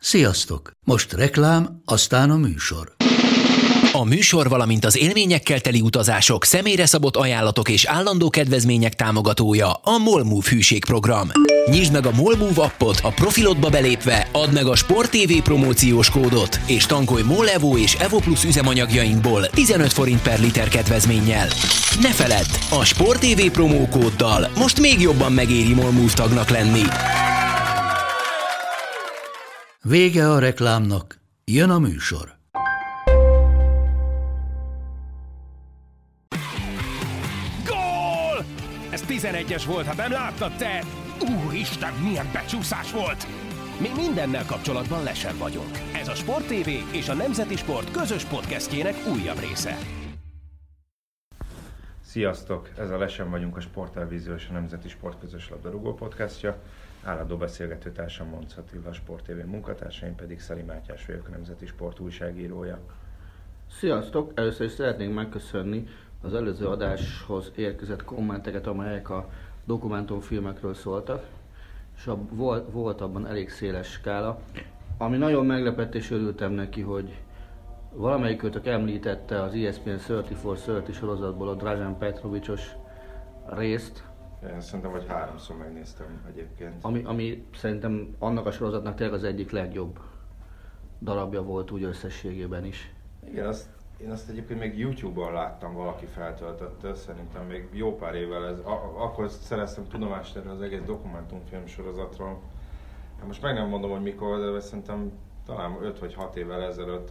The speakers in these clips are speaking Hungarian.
Sziasztok! Most reklám, aztán a műsor. A műsor, valamint az élményekkel teli utazások, személyre szabott ajánlatok és állandó kedvezmények támogatója a MOL Move hűségprogram. Nyisd meg a MOL Move appot, a profilodba belépve add meg a Sport TV promóciós kódot, és tankolj MOL Evo és Evo Plus üzemanyagjainkból 15 forint per liter kedvezménnyel. Ne feledd, a Sport TV promókóddal most még jobban megéri MOL Move tagnak lenni. Vége a reklámnak, jön a műsor. Gól! Ez 11-es volt, ha nem láttad te! Úristen, milyen becsúszás volt! Mi mindennel kapcsolatban lesen vagyunk. Ez a Sport TV és a Nemzeti Sport közös podcastjének újabb része. Sziasztok! Ez a Lesen vagyunk, a Sporttelevízió és a Nemzeti Sport közös labdarúgó podcastja. Állandó beszélgetőtársam Monc Attila, a Sport TV munkatársa, én pedig Szeli Mátyás vagyok, a Nemzeti Sport újságírója. Sziasztok! Először is szeretnénk megköszönni az előző adáshoz érkezett kommenteket, amelyek a dokumentumfilmekről szóltak, és volt abban elég széles skála. Ami nagyon meglepett, és örültem neki, hogy valamelyikőtök említette az ESPN 34-30 sorozatból a Dražen Petrovicsos részt. Én szerintem, hogy 3-szor megnéztem egyébként. Ami szerintem annak a sorozatnak tényleg az egyik legjobb darabja volt úgy összességében is. Igen, én azt egyébként még YouTube-on láttam, valaki feltöltötte, szerintem még jó pár évvel akkor szereztem tudomást erről az egész dokumentumfilm sorozatról. Hát most meg nem mondom, hogy mikor, de szerintem talán 5 vagy 6 évvel ezelőtt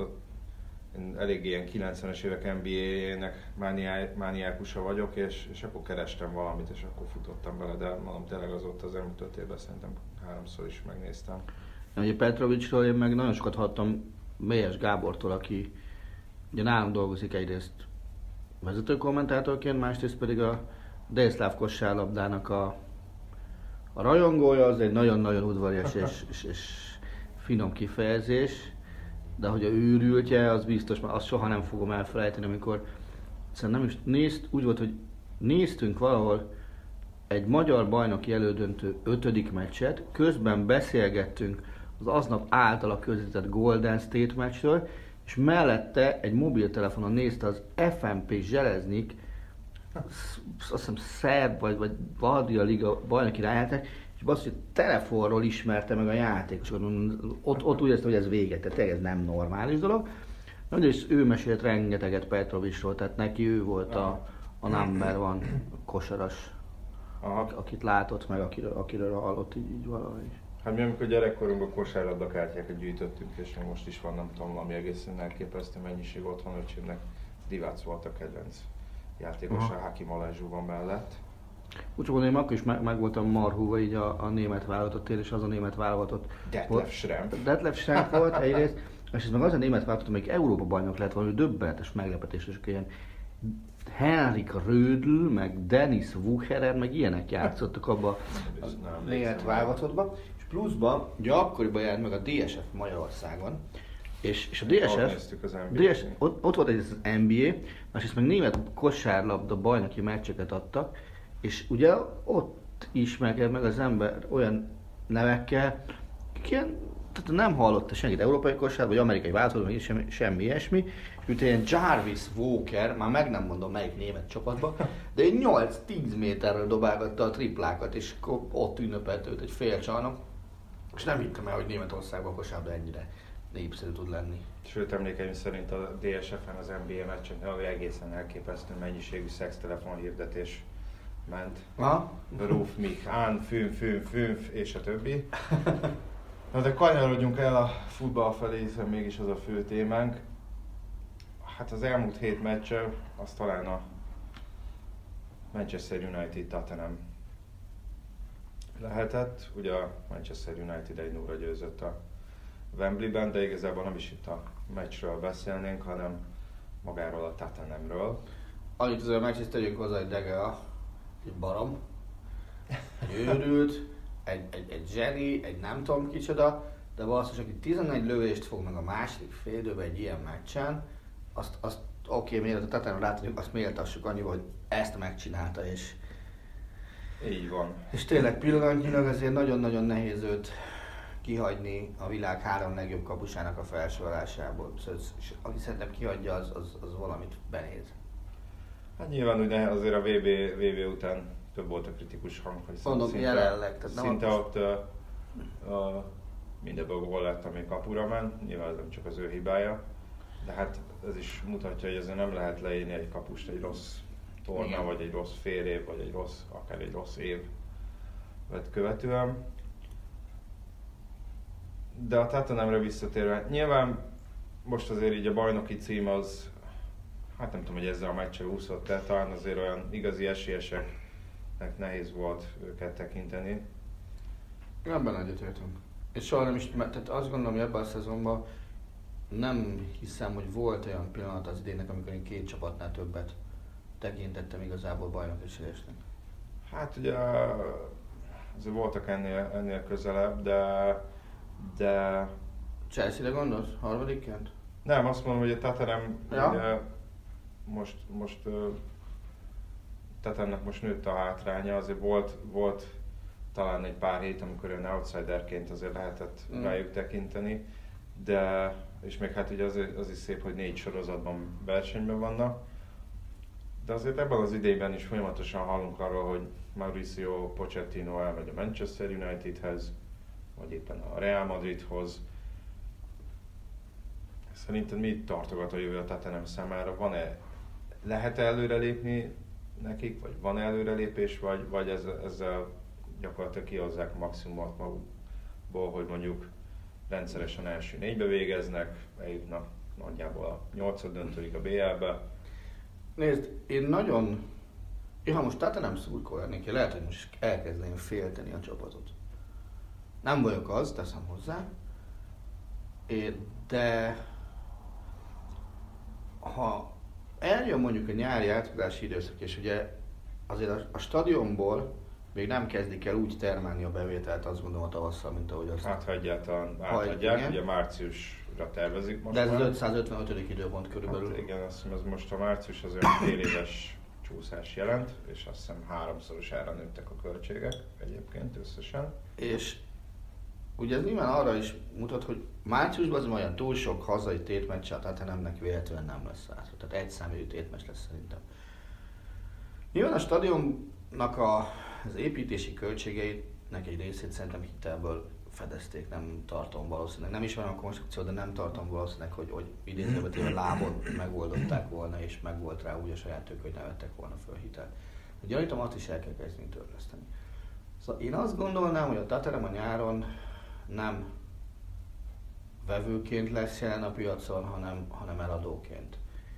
én elég ilyen 90-es évek NBA-nek mániákusa vagyok, és akkor kerestem valamit, és akkor futottam bele, de mondom, tényleg azóta az elmúlt 5 évben szerintem 3-szor is megnéztem. Ugye Petrovicsról én meg nagyon sokat hallottam Mélyes Gábortól, aki ugye nálam dolgozik egyrészt vezetőkommentátorként, másrészt pedig a délszláv kosárlabdának a rajongója, az egy nagyon-nagyon udvarias és finom kifejezés, de hogy a őrültje, az biztos, mert azt soha nem fogom elfelejteni, amikor szerintem úgy volt, hogy néztünk valahol egy magyar bajnoki elődöntő 5. meccset, közben beszélgettünk az aznap általa közvetített Golden State meccsről, és mellette egy mobiltelefonon nézte az FNP Zseleznik, azt hiszem szerb vagy Valdia Liga bajnoki rájáték, és basszus, hogy telefonról ismerte meg a játékosokat. Ott úgy éreztem, hogy ez véget, tehát ez nem normális dolog. És ő mesélt rengeteget Petrovicsról, tehát neki ő volt a number one kosaras, akit látott meg, akiről hallott így valahogy. Hát mi amikor gyerekkorunkban kosárlabda kártyákat gyűjtöttünk, és még most is van, nem tudom, ami egészen elképesztő mennyiség otthon, öcsémnek Divac volt a kedvenc játékos, a Hakim Olajzsú van mellett. Úgy csak gondolom, akkor is meg voltam marhúva így a német válogatott és az a német válogatott Detlef Schrempf volt egyrészt, és ez meg az a német válogatott, amelyik Európa bajnok lett, valami döbbenetes meglepetés, és ilyen Henrik Rödl, meg Dennis Wucherer, meg ilyenek játszottak abba a német válogatottba, és pluszban, ugye akkoriban járt meg a DSF Magyarországon, és a DSF, ott volt az NBA, másrészt meg német kosárlabda bajnoki meccseket adtak, és ugye ott ismerkedett meg az ember olyan nevekkel, akik ilyen, tehát nem hallotta senkit európai kosár, vagy amerikai változó, vagy semmi ilyesmi, és mint ilyen Jarvis Walker, már meg nem mondom melyik német csapatba, de egy 8-10 méterről dobálgatta a triplákat, és ott ünnepelt őt egy fél csarnok, és nem hittem el, hogy Németországban a kosárlabda ennyire népszerű tud lenni. Sőt, emlékeim szerint a DSF-en az NBA meccsen egészen elképesztő mennyiségű szextelefon hirdetés ment. Ruf mich an, fünf, és a többi. Na de kanyarodjunk el a futball felé, hiszen mégis az a fő témánk. Hát az elmúlt 7 meccse, az talán a Manchester United Tottenham lehetett. Ugye a Manchester United 1-0-ra győzött a Wembleyben, de igazából nem is itt a meccsről beszélnénk, hanem magáról a Tottenhamről. Annyit azért meg tegyünk hozzá, hogy De Gea egy barom, egy őrült, egy zseni, egy nem tudom kicsoda, de valószínűleg, aki 11 lövést fog meg a második fél időben egy ilyen meccsen, azt oké, mielőtt a Tottenhamra látjuk, azt méltassuk annyival, hogy ezt megcsinálta, és így van. És tényleg pillanatnyilag azért nagyon-nagyon nehéz őt kihagyni a világ 3 legjobb kapusának a felsorolásából. Szóval, aki szerintem kihagyja, az valamit benéz. Hát nyilván ugye azért a VB után több volt a kritikus hang, hogy mondom, jelenleg. Szinte ott mindenből gól lett, ami kapura ment, nyilván ez nem csak az ő hibája, de hát ez is mutatja, hogy ezzel nem lehet leírni egy kapust egy rossz torna, igen, vagy egy rossz fél év, vagy akár egy rossz év követően. De a Tottenhamre visszatérve, nyilván most azért így a bajnoki cím az, hát nem tudom, hogy ezzel a meccsel úszott el, talán azért olyan igazi esélyeseknek nehéz volt őket tekinteni. Ebben egyetértünk. És soha nem is, tehát azt gondolom, hogy ebben a szezonban nem hiszem, hogy volt olyan pillanat az idénnek, amikor én 2 csapatnál többet tekintettem igazából bajnoki esélyesnek. Hát ugye azért voltak ennél közelebb, de... Chelsea-re gondolsz? Harmadikként? Nem, azt mondom, hogy a Tottenham ugye most Tottenhamnek most nőtt a hátránya, azért volt talán egy pár hét, amikor olyan outsiderként azért lehetett rájuk tekinteni, de és még hát ugye az is szép, hogy 4 sorozatban versenyben vannak, de azért ebben az idejében is folyamatosan hallunk arról, hogy Mauricio Pochettino elmegy a Manchester Unitedhez, vagy éppen a Real Madridhoz. Szerinted mi tartogat a jövő a Tottenham számára? Lehet előrelépni nekik, vagy van előrelépés, vagy ezzel gyakorlatilag kihozzák a maximumot magukból, hogy mondjuk rendszeresen első 4-be végeznek, eljutnak nagyjából a 8. döntőig a BL-be. Nézd, ha most Tottenham szurkol lennék, lehet, hogy most elkezdeném félteni a csapatot. Nem vagyok az, teszem hozzá, de ha eljön mondjuk a nyári átfutási időszak, és ugye azért a stadionból még nem kezdik el úgy termelni a bevételt, azt gondolom a tavasszal, mint ahogy azt... Hát ha egyáltalán átadják, ugye márciusra tervezik most. De ez az 555. időpont körülbelül. Hát igen, azt hiszem, ez most a március az olyan fél éves csúszás jelent, és azt hiszem 3-szorosára nőttek a költségek egyébként összesen. És ugye ez nyilván arra is mutat, hogy márciusban az olyan túl sok hazai tétmeccs, a Tottenhamnek véletlenül nem lesz át. Tehát egy számú tétmeccs lesz szerintem. Nyilván a stadionnak az építési költségeinek egy részét szerintem hitelből fedezték, nem tartom valószínűleg. Nem ismerem a konstrukciót, de nem tartom valószínűleg, hogy idézőben téve lábon megoldották volna, és meg volt rá úgy a saját tők, hogy ne vettek volna föl hitelt. Gyanítom, azt is el kell kezdeni törleszteni. Szóval én azt gondolnám, hogy a Tottenham a nyáron nem vevőként lesz jelen a piacon, hanem eladóként.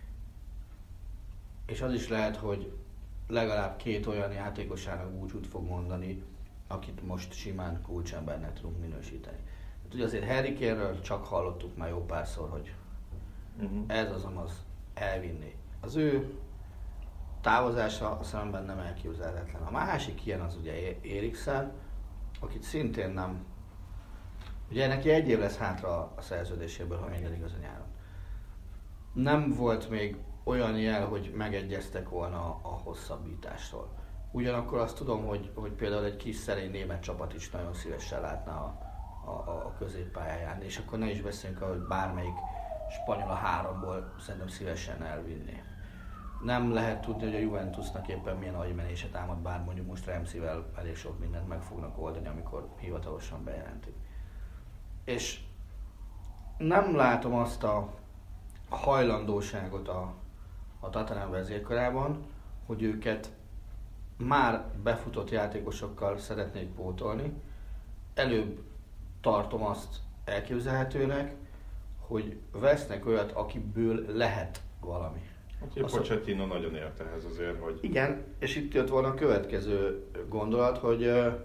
És az is lehet, hogy legalább 2 olyan játékosának búcsút fog mondani, akit most simán kulcsembernek tudunk minősíteni. Hát ugye azért Harry Kane-ről csak hallottuk már jó párszor, hogy ez az elvinni. Az ő távozása szemben nem elképzelhetetlen. A másik ilyen az ugye Eriksen, akit szintén nem... Ugye neki 1 év lesz hátra a szerződéséből, ha minden igaz a nyáron. Nem volt még olyan jel, hogy megegyeztek volna a hosszabbításról. Ugyanakkor azt tudom, hogy például egy kis szerény német csapat is nagyon szívesen látna a középpályáján, és akkor ne is beszéljünk, hogy bármelyik spanyol a 3-ból szerintem szívesen elvinné. Nem lehet tudni, hogy a Juventusnak éppen milyen agymenésre támad, bár mondjuk most Ramsey-vel elég sok mindent meg fognak oldani, amikor hivatalosan bejelentik. És nem látom azt a hajlandóságot a Tottenham vezérkarában, hogy őket már befutott játékosokkal szeretnék pótolni. Előbb tartom azt elképzelhetőnek, hogy vesznek olyat, akiből lehet valami. A Pochettino nagyon ért ehhez azért, hogy... Igen, és itt jött volna a következő gondolat, hogy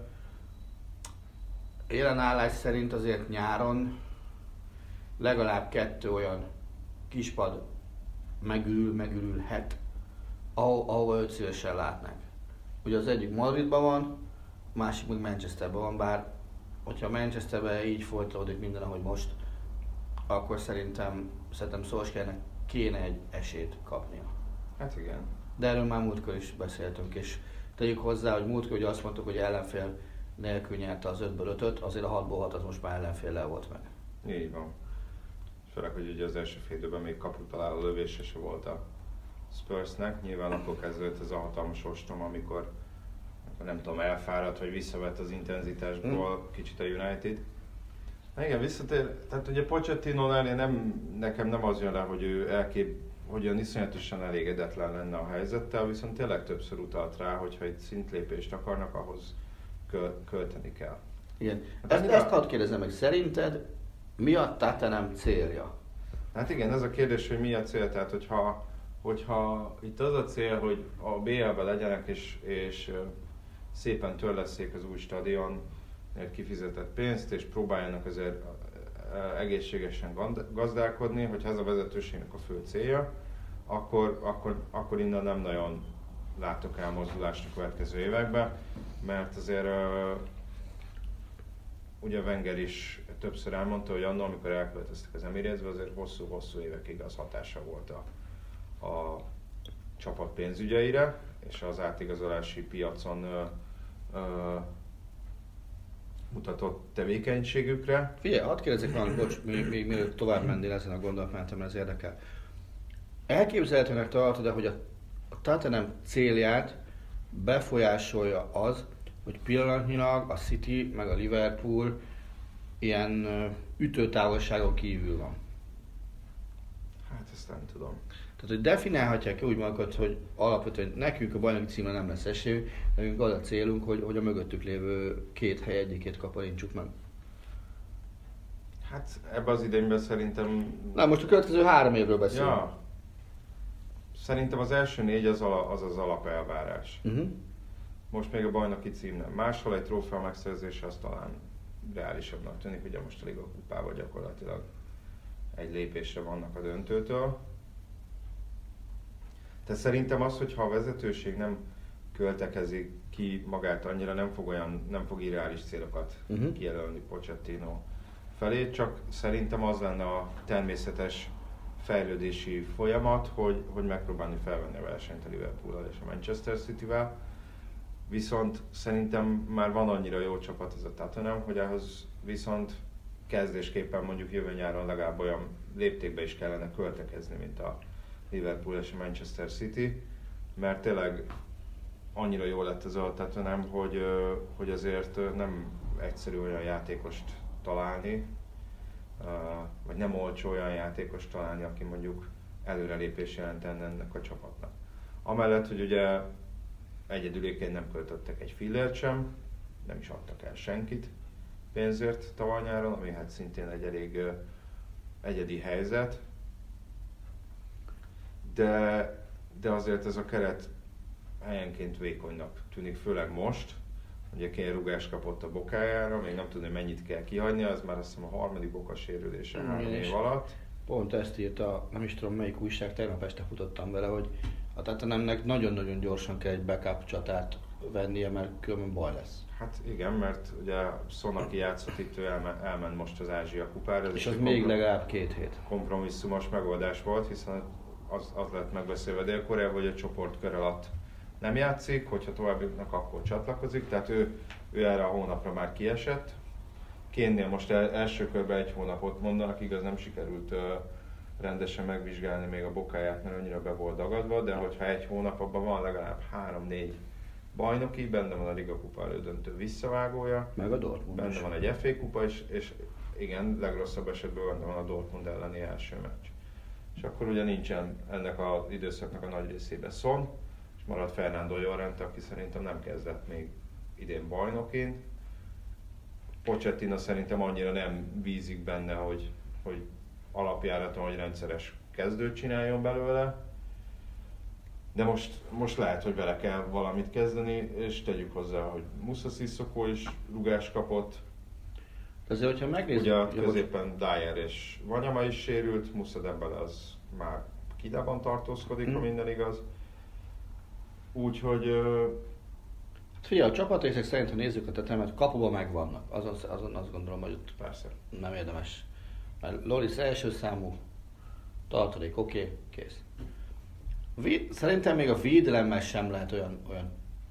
jelen állás szerint azért nyáron legalább 2 olyan kispad megürülhet, ahova őt szívesen látnak. Ugye az egyik Madridban van, a másik meg Manchesterben van, bár hogyha Manchesterben így folytatódik minden, ahogy most, akkor szerintem Solskjaernek kéne egy esélyt kapnia. Hát igen. De erről már múltkor is beszéltünk, és tegyük hozzá, hogy múltkor ugye azt mondtuk, hogy ellenfél nélkül nyerte az 5-ből 5-öt, azért a 6-ból 6 az most már ellenféllel volt meg. Így van. Főleg, hogy ugye az első fél időben még kaputaláló lövése se volt a Spursnek. Nyilván akkor kezdődött ez a hatalmas ostrom, amikor nem tudom, elfáradt, vagy visszavett az intenzitásból kicsit a United. Na igen, visszatér, tehát ugye Pochettino-nál nekem nem az jön le, hogy ő hogy olyan iszonyatosan elégedetlen lenne a helyzettel, viszont tényleg többször utalt rá, hogyha egy szintlépést akarnak, ahhoz költeni kell. Igen. Ezt hadd kérdezem meg, szerinted mi a Tottenham célja? Hát igen, ez a kérdés, hogy mi a cél, tehát hogyha itt az a cél, hogy a BL-ben legyenek és szépen törlesszék az új stadionért kifizetett pénzt, és próbáljanak azért egészségesen gazdálkodni, hogyha ez a vezetőségnek a fő célja, akkor innen nem nagyon látok elmozdulást a következő években, mert azért ugye Wenger is többször elmondta, hogy annak, amikor elköltöztek az Emiratesbe, azért hosszú-hosszú évekig az hatása volt a csapat pénzügyeire, és az átigazolási piacon mutatott tevékenységükre. Figyelj, hadd kérdezzek valamit, bocs, még mielőtt tovább mennél ezen a gondolatmenetem, mert ez érdekel. Elképzelhetőnek tartod, hogy a Tottenham célját befolyásolja az, hogy pillanatnyilag a City meg a Liverpool ilyen ütőtávolságon kívül van? Hát ezt nem tudom. Tehát, hogy definiálhatják úgy magukat, hogy alapvetően nekünk a bajnoki címre nem lesz esélyünk, nekünk az a célunk, hogy a mögöttük lévő két hely egyikét kaparintsuk meg. Hát ebben az idényben szerintem... Na, most a következő 3 évről beszélünk. Ja. Szerintem az első 4 az alapelvárás. Most még a bajnoki cím nem. Máshol egy trófea megszerzése az talán reálisabbnak tűnik, ugye most a Liga kupával gyakorlatilag egy lépésre vannak a döntőtől. Tehát szerintem az, hogyha a vezetőség nem költekezik ki magát annyira, nem fog irreális célokat kijelölni Pochettino felé, csak szerintem az lenne a természetes fejlődési folyamat, hogy megpróbálni felvenni a versenyt a Liverpool-al és a Manchester City-vel. Viszont szerintem már van annyira jó csapat ez a Tottenham, hogy ahhoz viszont kezdésképpen mondjuk jövő nyáron legalább olyan léptékbe is kellene költekezni, mint a Liverpool és a Manchester City, mert tényleg annyira jó lett ez a Tottenham, hogy azért nem egyszerű olyan játékost találni, vagy nem olcsó olyan játékost találni, aki mondjuk előrelépés jelentene ennek a csapatnak. Amellett, hogy ugye egyedüléként nem költöttek egy fillért sem, nem is adtak el senkit pénzért tavaly nyáron, ami hát szintén egy elég egyedi helyzet. De azért ez a keret helyenként vékonynak tűnik, főleg most. Ugye Kane rugást kapott a bokájára, még nem tudom, hogy mennyit kell kihagyni, az már azt hiszem a 3. boka sérülése 3 év alatt. Pont ezt írta, nem is tudom melyik újság, tegnap este futottam vele, hogy a Tottenhamnek nagyon-nagyon gyorsan kell egy backup csatát vennie, mert különben baj lesz. Hát igen, mert ugye Son, aki játszott itt, ő elment most az Ázsia kupára. És az még legalább 2 hét. Kompromisszumos megoldás volt, hiszen az lett megbeszélve Dél-Koreával, hogy a csoportkör alatt nem játszik, hogyha tovább jutnak, akkor csatlakozik, tehát ő erre a hónapra már kiesett. Kane-nél most első körben 1 hónapot mondanak, igaz nem sikerült rendesen megvizsgálni még a bokáját, mert annyira be volt dagadva, de hogyha 1 hónap, abban van legalább 3-4 bajnoki, benne van a Liga kupa elődöntő visszavágója, meg a Dortmund benne van egy FA kupa is, és igen, legrosszabb esetben benne van a Dortmund elleni első meccs. És akkor ugye nincsen ennek az időszaknak a nagy részében Son, és marad Fernando Llorente, aki szerintem nem kezdett még idén bajnokin. Pochettino szerintem annyira nem bízik benne, hogy alapjáraton, hogy rendszeres kezdőt csináljon belőle. De most lehet, hogy vele kell valamit kezdeni, és tegyük hozzá, hogy Moussa Sissoko is rugást kapott. Azért, hogyha megnézzük... Ugye középen Dyer és Wanyama is sérült, Moussa Dembele az már Kidában tartózkodik, ha minden igaz. Úgyhogy... Figyelj, a csapatrészek szerint, ha nézzük a Tottenhamet, kapuban megvannak. Azon azt gondolom, hogy ott persze nem érdemes. Mert Loris első számú, tartalék, oké, kész. Szerintem még a védelemmel sem lehet olyan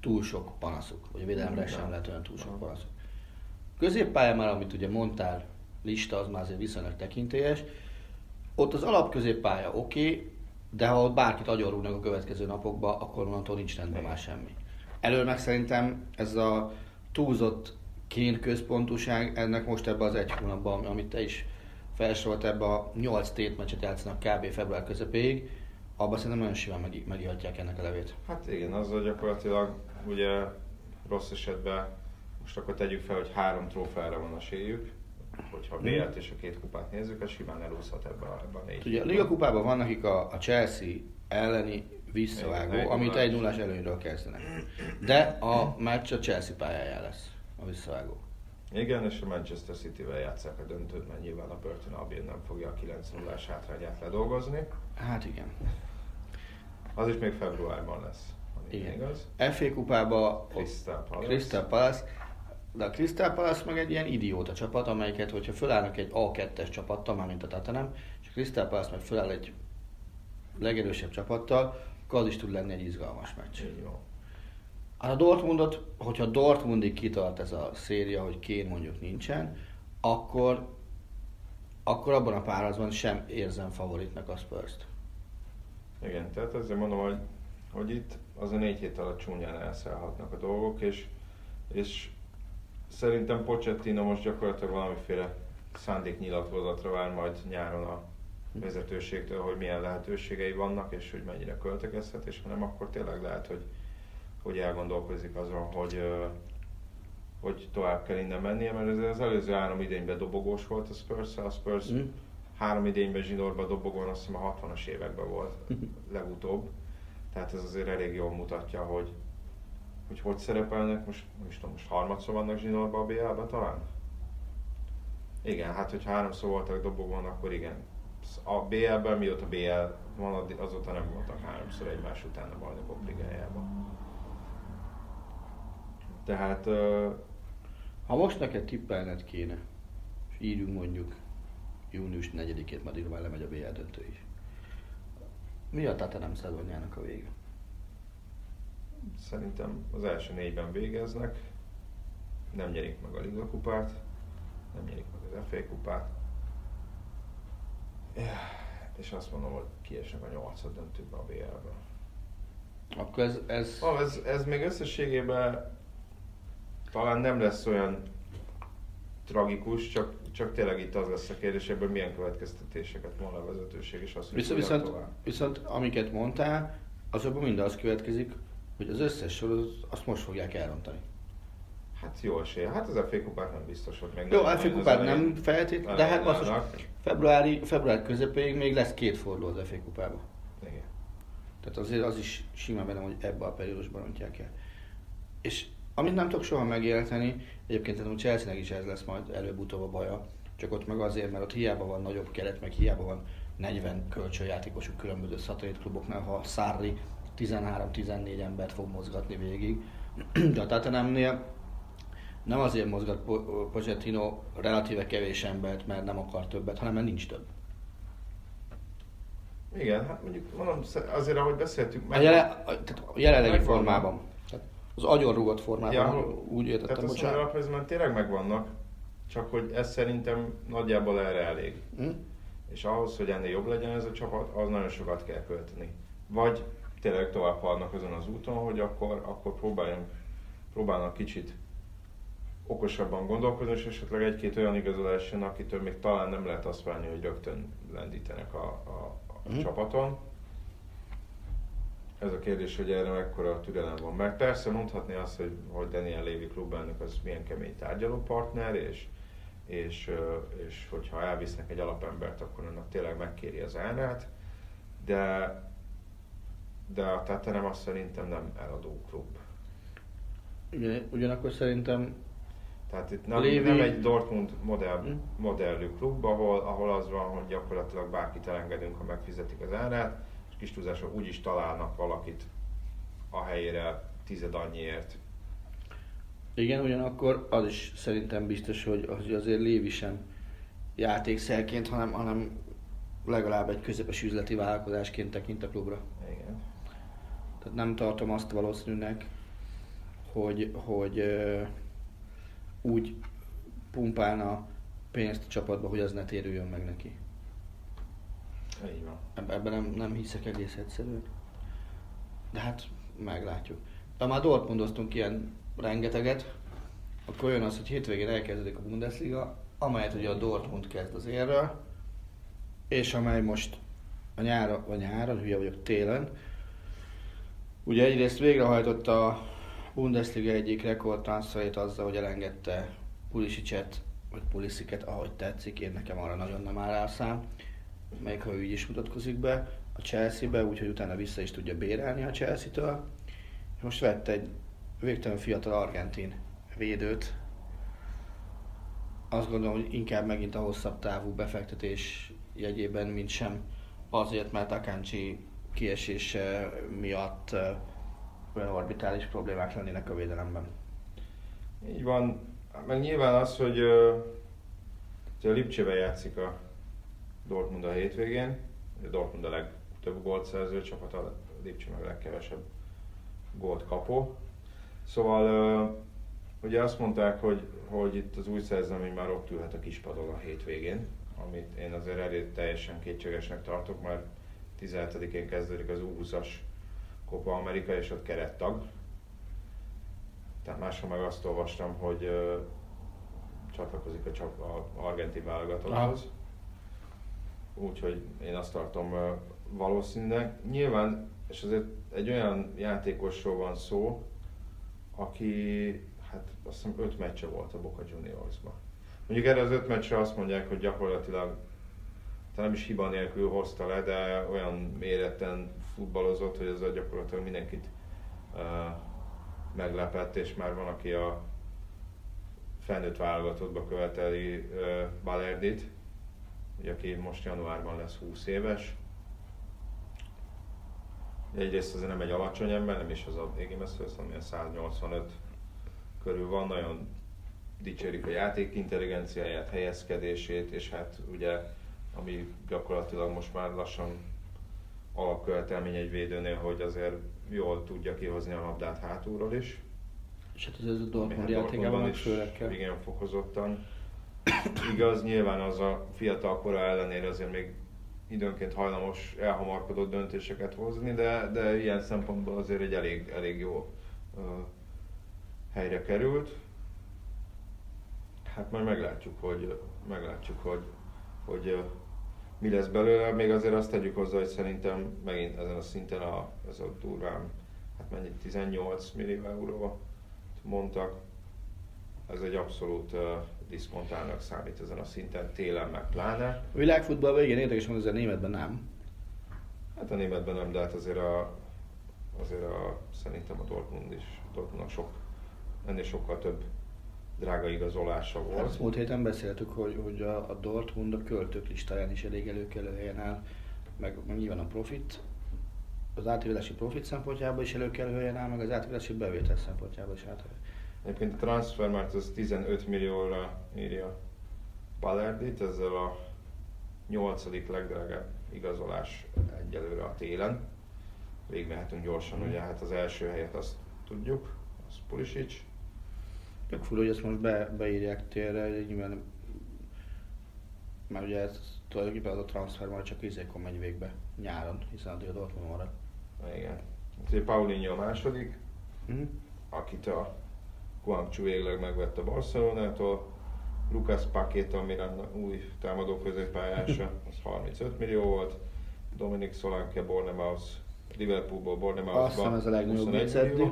túl sok panaszuk, vagy a védelemre sem lehet olyan túl sok panaszuk. Középpálya már, amit ugye mondtál, lista az már azért viszonylag tekintélyes. Ott az alapközéppálya oké, de ha ott bárkit agyonrúgnak a következő napokban, akkor onnantól nincs rendben már semmi. Elől meg szerintem ez a túlzott központúság, ennek most ebben az egy hónapban, amit te is felsorolt, ebbe a 8 tétmeccset játszanak kb. Február közepéig, abban szerintem nagyon simán megihatják ennek a levét. Hát igen, azzal gyakorlatilag ugye rossz esetben most akkor tegyük fel, hogy 3 trófeára van esélyük, hogyha a BL-t és a 2 kupát nézzük, az simán elúszhat ebben a 4. Ugye a Liga kupában van nekik a Chelsea elleni visszavágó, amit 1-0-ás előnyről kezdenek. De a meccs a Chelsea pályáján lesz, a visszavágó. Igen, és a Manchester City-vel játsszák a döntőt, mert nyilván a Burton Albion nem fogja a 9-0-ás hátrányát ledolgozni. Hát igen. Az is még februárban lesz. Igen. Igaz? FA kupában Crystal Palace, de a Crystal Palace meg egy ilyen idióta csapat, amelyiket, hogyha fölállnak egy A2-es csapattal, már mint a Tottenham, és a Crystal Palace meg föláll egy legerősebb csapattal, akkor az is tud lenni egy izgalmas meccs. Jó. A Dortmundot, hogyha Dortmundig kitart ez a széria, hogy Kane mondjuk nincsen, akkor abban a párazban sem érzem favoritnak a Spurs-t. Igen, tehát ezzel mondom, hogy itt az a 4 hét alatt csúnyán elszállhatnak a dolgok, és szerintem Pochettino most gyakorlatilag valamiféle szándéknyilatkozatra vár majd nyáron a vezetőségtől, hogy milyen lehetőségei vannak, és hogy mennyire költekezhet, és ha nem, akkor tényleg lehet, hogy elgondolkozik azon, hogy tovább kell innen mennie, mert az előző 3 idényben dobogós volt a Spurs 3 idényben zsinórban dobogón, azt hiszem a 60-as években volt legutóbb. Tehát ez azért elég jól mutatja, hogy szerepelnek, most harmadszor vannak zsinórban a BL-ben talán? Igen, hát hogyha 3-szor voltak dobogón, akkor igen. A BL-ben, mióta BL van, azóta nem voltak 3-szor egymás után a Bajnokok Ligájában. Tehát... Ha most neked tippelned kéne, és írjunk mondjuk június 4-ét, addig már lemegy a BL döntő is. Mi a Tottenham szezonjának a vége? Szerintem az első 4-ben végeznek, nem nyerik meg a Liga kupát, nem nyerik meg az FA kupát, és azt mondom, hogy kiesnek a 8. döntőben a BL-ben. Akkor ez még összességében talán nem lesz olyan tragikus, csak tényleg itt az lesz a kérdés, ebben milyen következtetéseket von a vezetőség, és azt mondja, viszont amiket mondtál, azokban mind az következik, hogy az összes sorot azt most fogják elrontani. Hát jó esély. Hát az FA kupát nem biztos, hogy meg. Jó, a FA kupát nem feltétlenül, de hát basszus, február közepéig még lesz 2 forduló az FA kupában. Igen. Tehát azért az is simán benne, hogy ebben a periódusban rontják el. És amit nem tudok soha megérteni, egyébként a Chelsea-nek is ez lesz majd előbb-utóbb a baja, csak ott meg azért, mert ott hiába van nagyobb keret, meg hiába van 40 kölcsönjátékosuk különböző szatellitkluboknál, ha Sarri 13-14 embert fog mozgatni végig. De a Tottenhamnél nem azért mozgat Pochettino relatíve kevés embert, mert nem akar többet, hanem mert nincs több. Igen, hát mondjuk mondom, azért ahogy beszéltük meg... A jelenlegi formában. Tehát az agyonrúgott formában, úgy értettem, bocsánat. Tehát a alapvetően tényleg megvannak, csak hogy ez szerintem nagyjából erre elég. És ahhoz, hogy ennél jobb legyen ez a csapat, az nagyon sokat kell költeni. Vagy tényleg tovább haladnak azon az úton, hogy akkor próbálnak kicsit okosabban gondolkozni, és esetleg egy-két olyan igazolás jön, akitől még talán nem lehet azt várni, hogy rögtön lendítenek a csapaton. Ez a kérdés, hogy erre mekkora türelem van. Mert persze mondhatni azt, hogy Daniel Levy klubelnök az milyen kemény tárgyalópartner, és hogyha elvisznek egy alapembert, akkor annak tényleg megkéri az árát, de a Tottenham azt szerintem nem eladó klub. Ugyanakkor szerintem tehát itt nem egy Dortmund modellű klub, ahol az van, hogy gyakorlatilag bárkit elengedünk, ha megfizetik az árát, és kis túlzásra úgyis találnak valakit a helyére 10 annyiért. Igen, ugyanakkor az is szerintem biztos, hogy azért Lévi sem játékszerként, hanem legalább egy közepes üzleti vállalkozásként tekint a klubra. Igen. Tehát nem tartom azt valószínűnek, hogy úgy pumpálna pénzt a csapatba, hogy az ne térüljön meg neki. Így van. Ebben nem hiszek egész egyszerűen. De hát meglátjuk. Ha már Dortmundoztunk ilyen rengeteget, akkor jön az, hogy hétvégén elkezdődik a Bundesliga, amelyet ugye a Dortmund kezd az élről, és amely most a nyáron, hülye vagyok, télen. Ugye egyrészt végrehajtotta a Bundesliga egyik rekordtranszferét azzal, hogy elengedte Pulisicet, vagy Pulisiket, ahogy tetszik, én nekem arra nagyon nem áll rá szám, még ha ő így is mutatkozik be a Chelsea-be, úgyhogy utána vissza is tudja bérelni a Chelsea-től. Most vett egy végtelen fiatal argentin védőt. Azt gondolom, hogy inkább megint a hosszabb távú befektetés jegyében, mint sem azért, mert Akanji kiesése miatt olyan orbitális problémák lennének a védelemben. Így van. Meg nyilván az, hogy a Lipcsével játszik a Dortmund a hétvégén. A Dortmund a legtöbb gólt szerző csapat, a Lipcsé meg a legkevesebb gólt kapó. Szóval ugye azt mondták, hogy itt az új szerzemény már ott ülhet a kispadon a hétvégén, amit én azért elég teljesen kétségesnek tartok, mert 17-én kezdődik az U20-as Copa America, és ott kerettag. Tehát máshol meg azt olvastam, hogy csatlakozik a argentin válogatotthoz. Úgyhogy én azt tartom valószínűleg. Nyilván, és azért egy olyan játékosról van szó, aki, hát azt hiszem 5 meccse volt a Boca Juniorsban. Mondjuk erre az 5 meccsre azt mondják, hogy gyakorlatilag nem is hiba nélkül hozta le, de olyan méretten futballozott, hogy ezzel gyakorlatilag mindenkit meglepett, és már van, aki a felnőtt válogatottba követeli Balerdit, aki most januárban lesz 20 éves. Egyrészt azért nem egy alacsony ember, nem is az a égimesző, hanem ilyen 185 körül van, nagyon dicsérik a játék intelligenciáját, helyezkedését, és hát ugye, ami gyakorlatilag most már lassan alapkövetelmény egy védőnél, hogy azért jól tudja kihozni a labdát hátulról is. És hát ez a Dortmund játékában is igen fokozottan. Igaz, nyilván az a fiatal kora ellenére azért még időnként hajlamos elhamarkodott döntéseket hozni, de ilyen szempontból azért egy elég jó helyre került. Hát majd meglátjuk, hogy mi lesz belőle. Még azért azt tegyük hozzá, hogy szerintem megint ezen a szinten ez a durván, hát mennyit, 18 millió euró mondtak. Ez egy abszolút diszkontálnak számít ezen a szinten, télen meg pláne. A világfutballban igen, érdekes, hogy azért németben nem. Hát a németben nem, de hát azért szerintem a Dortmundnak ennél sokkal több drága igazolása volt. Hát múlt héten beszéltük, hogy a Dortmund a költők listáján is elég előkelő helyen áll, meg nyilván a profit, az átigazolási profit szempontjából is előkelő helyen áll, meg az átigazolási bevétel szempontjából is átigazolási. Egyébként a Transfermarkt az 15 millióra írja Balerdit, ezzel a 8. legdrágább igazolás egyelőre a télen. Végigmehetünk gyorsan, ugye hát az első helyet azt tudjuk, az Pulisic. Tök fura, hogy ezt most beírják térre, nyilván, mert ugye ez tulajdonképpen az a Transfermarkt csak izékon megy végbe nyáron, hiszen addig a Dortmund marad. Igen. Úgyhogy Paulinho a második, akit a Guangzhou égleg megvette a Barcelonától. Lucas Paqueta, amire új támadó középpályása, az 35 millió volt. Dominic Solanke, Bournemouth, Liverpoolból Bournemouthba. Azt hiszem ez a legnagyobb viccetti.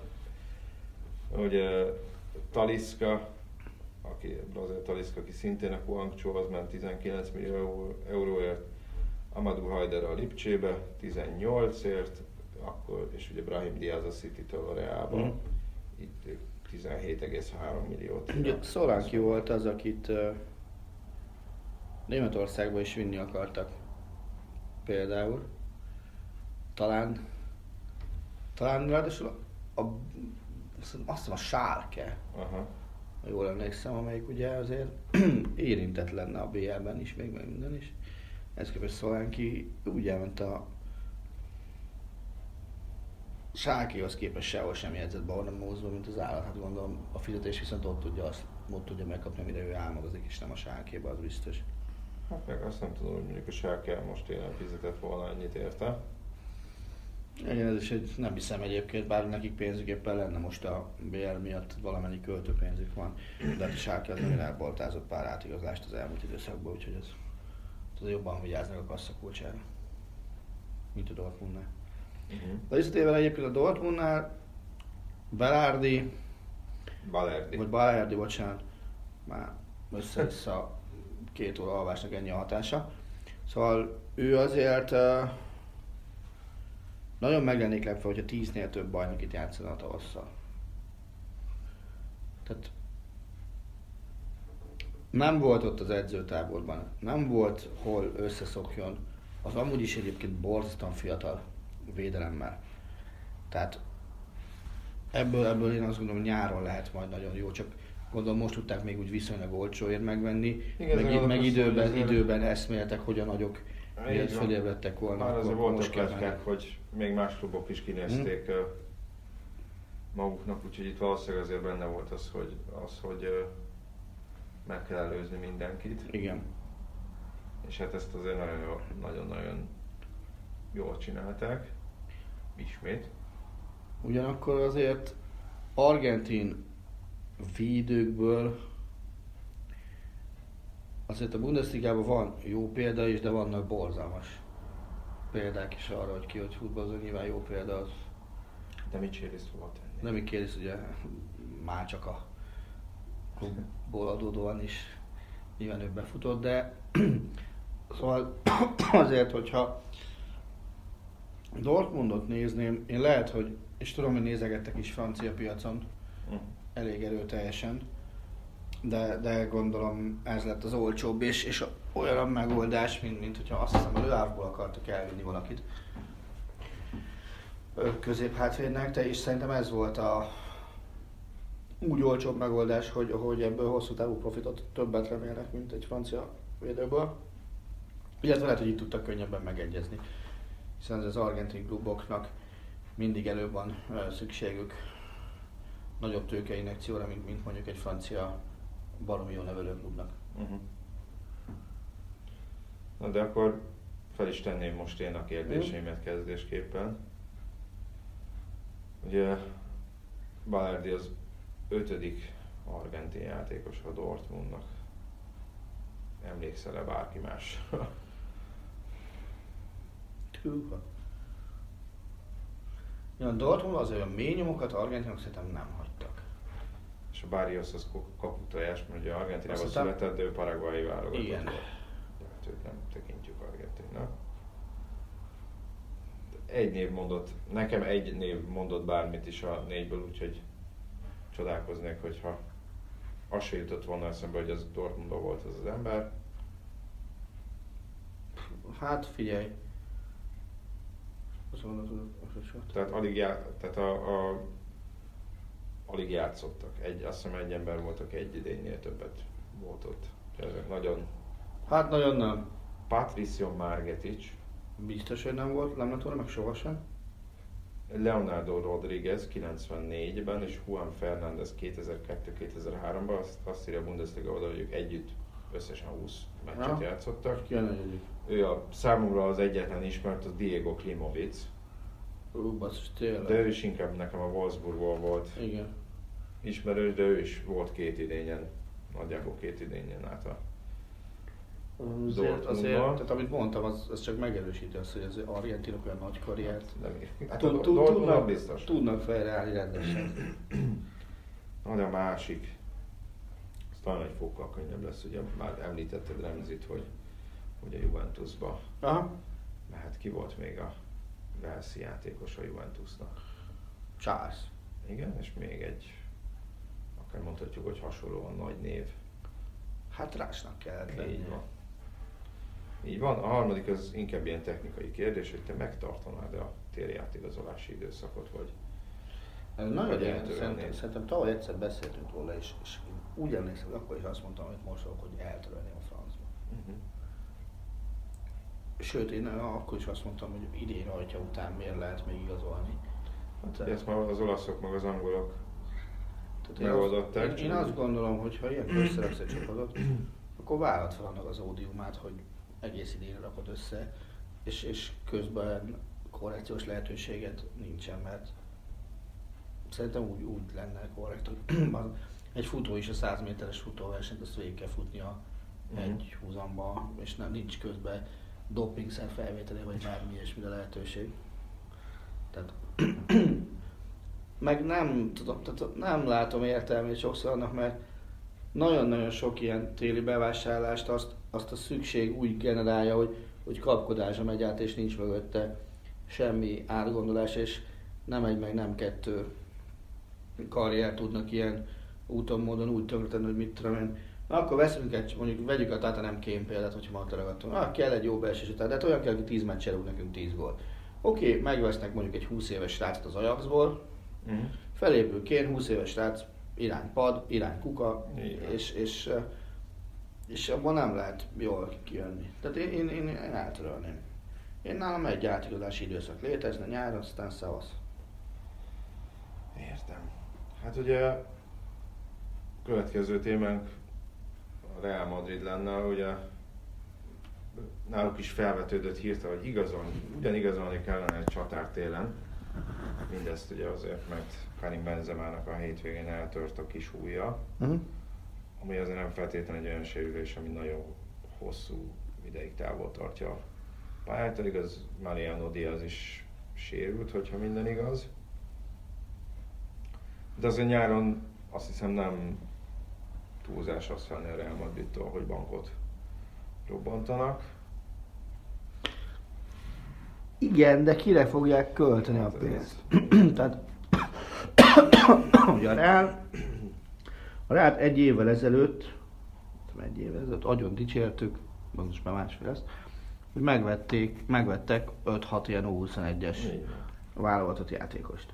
Ugye Talisca, Brazil Talisca, aki szintén a Guangzhou, az ment 19 millió euróért. Amadou Haider a Lipcsébe 18-ért, akkor, és ugye Brahim Diaz a City-től a Realban. Itt 17,3 milliót. Ugye Solanke volt az, akit Németországba is vinni akartak. Például. Talán ráadásul azt hiszem a Schalke. Aha. Jól emlékszem, amelyik ugye azért érintett lenne a BL-ben is, még meg minden is. Ez képest Solanke úgy elment a Schalkéhoz képest sehol sem jegyzett Bournemouthban, mint az állat. Hát gondolom a fizetés viszont ott tudja megkapni, amire ő álmodozik, és nem a Schalkéba, az biztos. Hát meg azt nem tudom, hogy mondjuk a Schalke most télen fizetett volna ennyit érte. Igen, ez is nem hiszem egyébként, bár nekik pénzük éppen lenne most a BR miatt valamennyi költőpénzük van, de hát a Schalke az nagyon elboltázott pár átigazást az elmúlt időszakban, úgyhogy ez jobban vigyáznak a kasszakulcsára, mint a Dortmundnál. De visszatérve egyébként a Dortmundnál, Balerdi, bocsánat, már össze-vissza 2 óra alvásnak ennyi a hatása. Szóval ő azért nagyon meg lennék lepve, hogyha 10-nél több bajnokit játszana a tavasszal. Tehát nem volt ott az edzőtáborban, nem volt hol összeszokjon az amúgy is egyébként borzasztóan fiatal védelemmel. Tehát ebből én azt gondolom, nyáron lehet majd nagyon jó, csak gondolom most tudták még úgy viszonylag olcsóért megvenni, meg időben eszméltek, hogy a nagyok miért fölébredtek volna. Már azért voltak pletykák, hogy még más klubok is kinézték maguknak, úgyhogy itt valószínűleg azért benne volt az, hogy meg kell előzni mindenkit. Igen. És hát ezt azért nagyon-nagyon jól csinálták. Ismét. Ugyanakkor azért argentin védőkből azért a Bundesligában van jó példa is, de vannak borzalmas példák is arra, hogy ki hogy futballozó, nyilván jó példa az. De mit Chériszt hova tenni? Nem Chériszt ugye már csak a klubból adódóan is nyilván ő befutott, de szóval azért, hogyha Dortmundot nézném, én lehet, hogy, és tudom, hogy nézegettek is francia piacon elég erőteljesen, de gondolom ez lett az olcsóbb, és olyan a megoldás, mint hogyha azt hiszem, hogy Le Havre-ból akartak elvinni valakit középhátvédnek, és szerintem ez volt a úgy olcsóbb megoldás, hogy ebből hosszú távú profitot többet remélnek, mint egy francia védőből. Illetve lehet, hogy itt tudtak könnyebben megegyezni, hiszen az argentin kluboknak mindig előbb van szükségük nagyobb tőkeinjekcióra, mint mondjuk egy francia baromi jó nevelőklubnak. Na de akkor fel is tenném most én a kérdéseimet kezdésképpen. Ugye Balerdi az 5. argentin játékos a Dortmundnak. Emlékszel-e bárki más? Ja, Dortmund azért a mély nyomokat argentinok szerintem nem hagytak. És a Barrios az kaputojás, mert ugye Argentinában született, de ő paraguayi válogatott. Igen. De hát őt nem tekintjük argentinnak. Egy név mondott, nekem egy név mondott bármit is a 4-ből, úgyhogy csodálkoznék, hogyha az se jutott volna eszembe, hogy az Dortmundban volt az ember. Hát figyelj. Tehát alig játszottak. Azt hiszem egy ember voltak, egy idénynél többet volt ott. Nagyon... Hát nagyon nem. Patricio Margetics. Biztos, hogy nem volt, nem lett volna meg sohasem. Leonardo Rodriguez 94-ben és Juan Fernández 2002-2003-ban, azt írja a Bundesliga oldal, hogy ők együtt összesen 20 meccset játszottak. Ő a számomra az egyetlen ismert, az Diego Klimovic. Basszus, tényleg. De ő is inkább nekem a Wolfsburgból volt ismerős, de ő is volt 2 idényen, nagyjából 2 idényen át a azért, tehát amit mondtam, az csak megerősíti azt, hogy az argentinok olyan nagy karriert tudnak fejreállni rendesen. Na de a másik, az talán egy fokkal könnyebb lesz, ugye már említetted Remzit, hogy a Juventusba. Aha. Mert ki volt még a Velszi játékos a Juventusnak? Charles. Igen, és még egy, akár mondhatjuk, hogy hasonlóan nagy név. Hát Rásnak kellett lenni. Így van. Így van. A harmadik az inkább ilyen technikai kérdés, hogy te megtartanád a térjátékozási időszakot, vagy nagyon szerintem tavaly egyszer beszéltünk róla, és én úgy emlékszem, hogy akkor is azt mondtam, hogy most hogy eltörölném a francba. Sőt, én akkor is azt mondtam, hogy idén rajta után miért lehet még igazolni. Hát, ezt már az olaszok meg az angolok megoldották. Én azt gondolom, hogy ha ilyen összeraksz egy csapatot, akkor vállalt fel annak az ódiumát, hogy egész idén rakod össze, és közben korrekciós lehetőséged nincsen, mert szerintem úgy lenne korrekt, hogy egy futó is a 100 méteres futóversenyt, azt végig kell futnia egy húzamba, és nincs közben dopingszer felvételé, vagy bármi ilyesmire lehetőség. Tehát, meg nem tudom, tehát nem látom értelmét sokszor annak, mert nagyon-nagyon sok ilyen téli bevásárlást azt a szükség úgy generálja, hogy kapkodásra megy át, és nincs mögötte semmi átgondolás, és nem egy meg nem kettő karrier tudnak ilyen úton, módon úgy tönkretenni, hogy mit tudom én. Na, akkor veszünk mondjuk vegyük a Tatanem Kane példát, hogyha már ragadtunk. Kell egy jó belső után, de hát olyan kell, hogy 10 meccsen rúg nekünk 10 gól. Oké, megvesznek mondjuk egy 20 éves srácot az Ajaxból, felépül Kane, 20 éves srác, irány pad, irány kuka, és abban nem lehet jól kijönni. Tehát én eltörölném. Én nálam egy átigazolási időszak létezne nyáron, aztán szavasz. Értem. Hát ugye következő témánk a Real Madrid lenne, ugye náluk is felvetődött hirtelen, hogy igazolni kellene egy csatár télen. Mindezt ugye azért, mert Karim Benzemának a hétvégén eltört a kis ujja, ami azért nem feltétlenül egy olyan sérülés, ami nagyon hosszú ideig távol tartja a pályától. Igaz, Mariano Diaz is sérült, hogyha minden igaz. De azért nyáron azt hiszem nem túlzás azt venni a Real Madridtól, hogy bankot robbantanak. Igen, de kire fogják költeni a pénzt? Tehát ugye a Reált egy évvel ezelőtt agyon dicsértük, most már másfél lesz, hogy megvettek 5-6 ilyen U21-es válogatott játékost.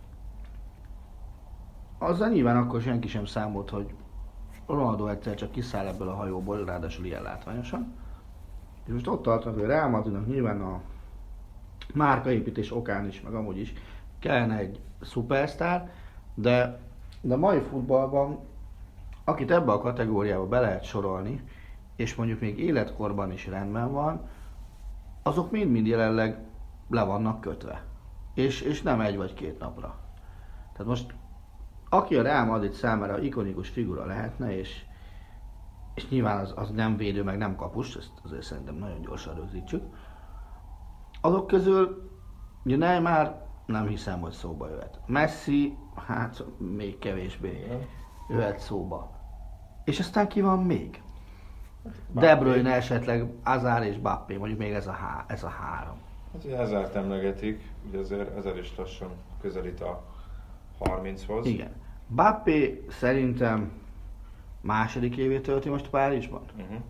Azzal nyilván akkor senki sem számolt, hogy Ronaldo egyszer csak kiszáll ebből a hajóból, ráadásul ilyen látványosan. És most ott tartanak, hogy a Real Madridnak nyilván a márkaépítés okán is, meg amúgy is kellene egy szupersztár, de a mai futballban, akit ebbe a kategóriába be lehet sorolni, és mondjuk még életkorban is rendben van, azok mind jelenleg le vannak kötve. És nem egy vagy két napra. Tehát most aki a Real Madrid számára ikonikus figura lehetne, és nyilván az nem védő, meg nem kapus, ezt azért szerintem nagyon gyorsan rögzítsük, azok közül ugye Neymar nem hiszem, hogy szóba jöhet. Messi, hát még kevésbé jöhet szóba. És aztán ki van még? De Bruyne esetleg, Hazard és Mbappé, mondjuk még ez a három. Hát ugye Hazárt emlegetik, ugye azért Hazard is lassan közelít a 30-hoz. Igen. Mbappé szerintem második évét tölti most Párizsban.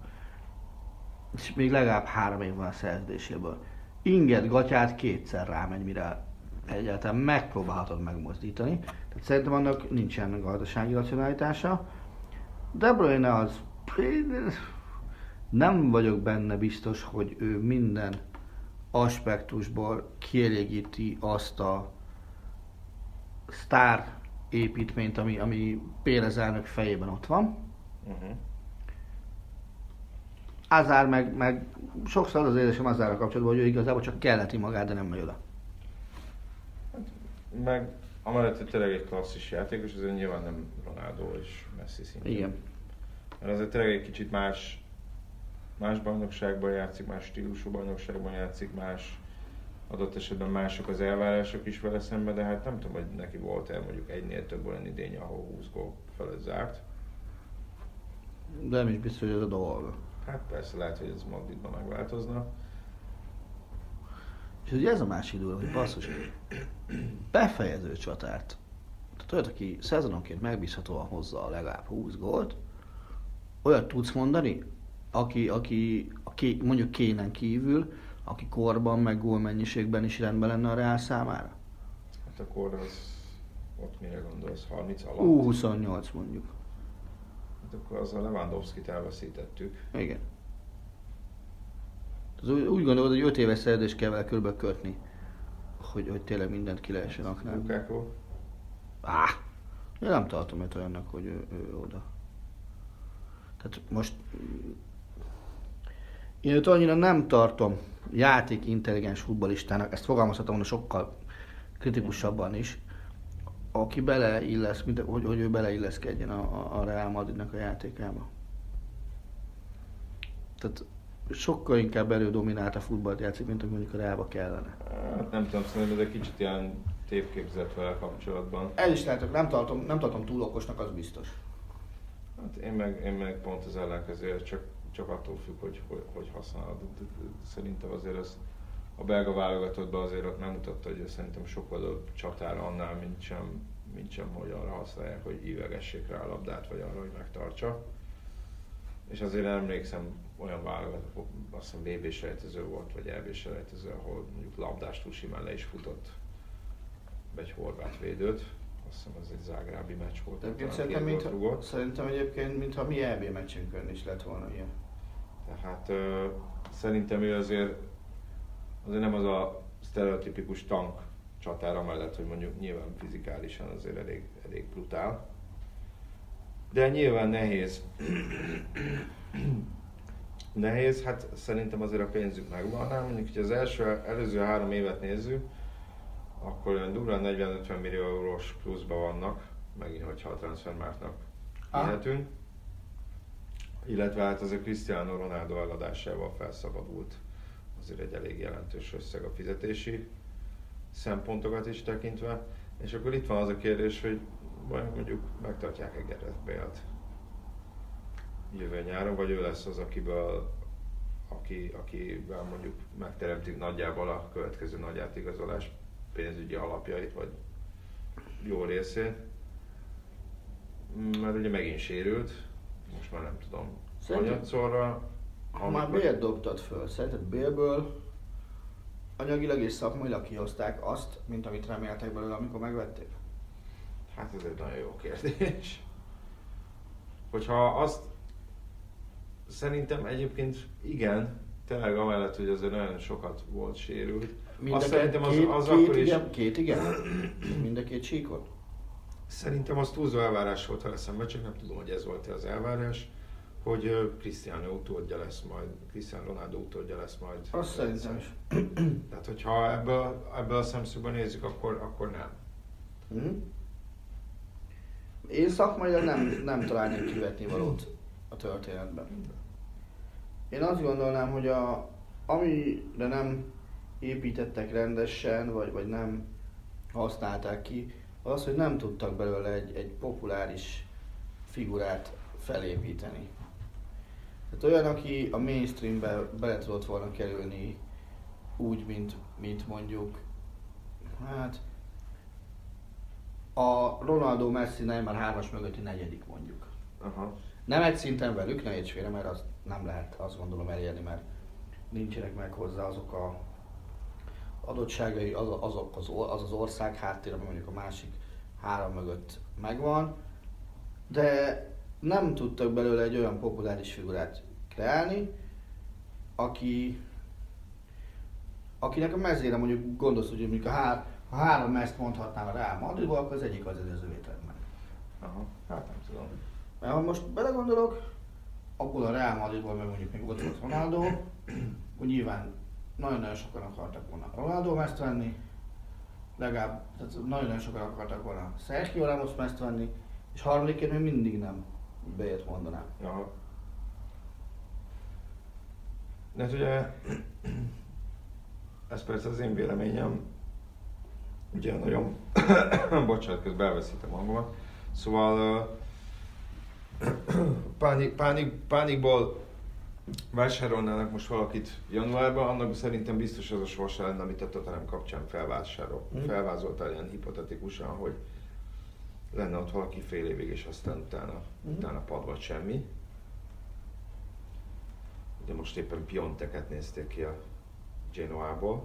És még legalább 3 év van a szerződéséből. Inget gatyát kétszer rámegy, mire egyáltalán megpróbálhatod megmozdítani. Tehát szerintem annak nincsen gazdasági racionalitása. De Bruyne az... Nem vagyok benne biztos, hogy ő minden aspektusból kielégíti azt a sztár építményt, ami Pérez elnök fejében ott van. Hazard meg sokszor az érzésem Hazardra kapcsolatban, hogy ő igazából csak kelleti magát, de nem megy oda. Meg amellett, hogy tényleg egy klasszis játékos, azért nyilván nem Ronaldo és Messi szintén. Igen. Mert azért tényleg egy kicsit más bajnokságban játszik, más stílusú bajnokságban játszik, más adott esetben mások az elvárások is vele szemben, de hát nem tudom, hogy neki volt-e mondjuk egynél több olyan idény, ahol 20 gól felett zárt. De nem is biztos, hogy ez a dolga. Hát persze lehet, hogy ez Madridban megváltozna. És ugye ez a másik dolog, hogy basszus, befejező csatárt, tehát olyat, aki szezononként megbízhatóan hozza legalább 20 gólt, olyat tudsz mondani, aki mondjuk Kane-en kívül, aki korban, meg gólmennyiségben is rendben lenne a Real számára? Hát akkor az, ott mire gondolsz, 30 alatt? 28 mondjuk. Hát akkor azzal Lewandowskit elveszítettük. Igen. Úgy gondolod, hogy 5 éves szerződést kell vele körbe kötni, hogy tényleg mindent ki lehessen aknálni. Lukaku? Én nem tartom őt olyannak, hogy ő oda. Tehát most én őt annyira nem tartom játék intelligens futballistának, ezt fogalmazhatom volna sokkal kritikusabban is, aki beleillesz, hogy ő beleilleszkedjen a Real Madridnak a játékába. Tehát sokkal inkább elődominált a futballt játszik, mint hogy mondjuk a Realba kellene. Hát nem tudom, szerintem ez egy kicsit ilyen tévképzett vele kapcsolatban. Ez is lehet, nem tartom túl okosnak, az biztos. Hát én meg pont az ellenkezője, csak attól függ, hogy használod. Szerintem azért ez a belga válogatottban azért megmutatta, hogy szerintem sokkal jobb csatára annál, mint sem, hogy arra használják, hogy ívegessék rá a labdát, vagy arra, hogy megtartsa. És azért emlékszem olyan válogatott, azt hiszem VB-selejtező volt, vagy EB-selejtező, ahol mondjuk labdástól simán le is futott egy horvát védőt. Azt hiszem ez egy zágrábi meccs volt. Szerintem egyébként, mintha mi EB meccsünkön is lett volna ilyen. Tehát szerintem ő azért nem az a sztereotipikus tank csatára mellett, hogy mondjuk nyilván fizikálisan azért elég brutál. De nyilván nehéz, hát szerintem azért a pénzük megvan. Mondjuk, hogy az előző 3 évet nézzük, akkor olyan durván 40-50 millió eurós pluszban vannak, megint, hogyha a transfermártnak hihetünk. Illetve hát azért Cristiano Ronaldo eladásával felszabadult azért egy elég jelentős összeg a fizetési szempontokat is tekintve. És akkor itt van az a kérdés, hogy mondjuk megtartják-e Gareth Bale-t jövő nyáron, vagy ő lesz az, akivel mondjuk megteremtik nagyjából a következő nagy átigazolás pénzügyi alapjait, vagy jó részét. Mert ugye megint sérült, most már nem tudom, anyagszorra. Ha már Bale-t dobtad föl, szerinted Bale-ből anyagilag és szakmailag kihozták azt, mint amit reméltek belőle, amikor megvették? Hát ez egy nagyon jó kérdés. Hogyha azt szerintem egyébként igen, tényleg amellett, hogy azért nagyon sokat volt sérült. Azt szerintem az akkor is... Két igen? Mind a két síkot? Szerintem az túlzó elvárás volt vele szemben, csak nem tudom, hogy ez volt-e az elvárás, hogy Cristiano Ronaldo utódja lesz majd. Azt szerintem is. Tehát, hogyha ebből a szemszögből nézzük, akkor nem. Mm-hmm. Én szakmailag nem találnék kivetni valót a történetben. Én azt gondolnám, hogy amire nem építettek rendesen, vagy nem használták ki, az, hogy nem tudtak belőle egy populáris figurát felépíteni. Tehát olyan, aki a mainstreambe bele tudott volna kerülni úgy, mint mondjuk, hát a Ronaldo, Messi, Neymar 3-as mögötti negyedik mondjuk. Aha. Nem egy szinten velük, ne érts félre, mert azt nem lehet, azt gondolom elérni, mert nincsenek meg hozzá azok a adottságai, az ország háttér, ami mondjuk a másik 3 mögött megvan, de nem tudtak belőle egy olyan populáris figurát kreálni, akinek a mezére mondjuk gondolsz, hogy mondjuk ha 3 mezt mondhatnál a Real Madridból, akkor az egyik az övéd meg. Aha, hát nem tudom. Mert ha most belegondolok, abból a Real Madridból, meg mondjuk még ott volt Ronaldo, hogy nyilván nagyon-nagyon sokan akartak volna Ronaldo mezt venni, legalább, tehát nagyon-nagyon sokan akartak volna Sergio Ramos mezt venni, és harmadikért még mindig nem Bale-t mondanám. Aha. De hát ugye, ez persze az én véleményem, ugye nagyon, bocsánat, közben elveszítem hangomat, szóval pánikból vásárolnának most valakit januárban, annak szerintem biztos az a sorsa lenne, amit a Tottenham kapcsán felvázoltál ilyen hipotetikusan, hogy lenne ott valaki fél évig, és aztán utána pad vagy semmi. Ugye most éppen Pionteket nézték ki a Genoából.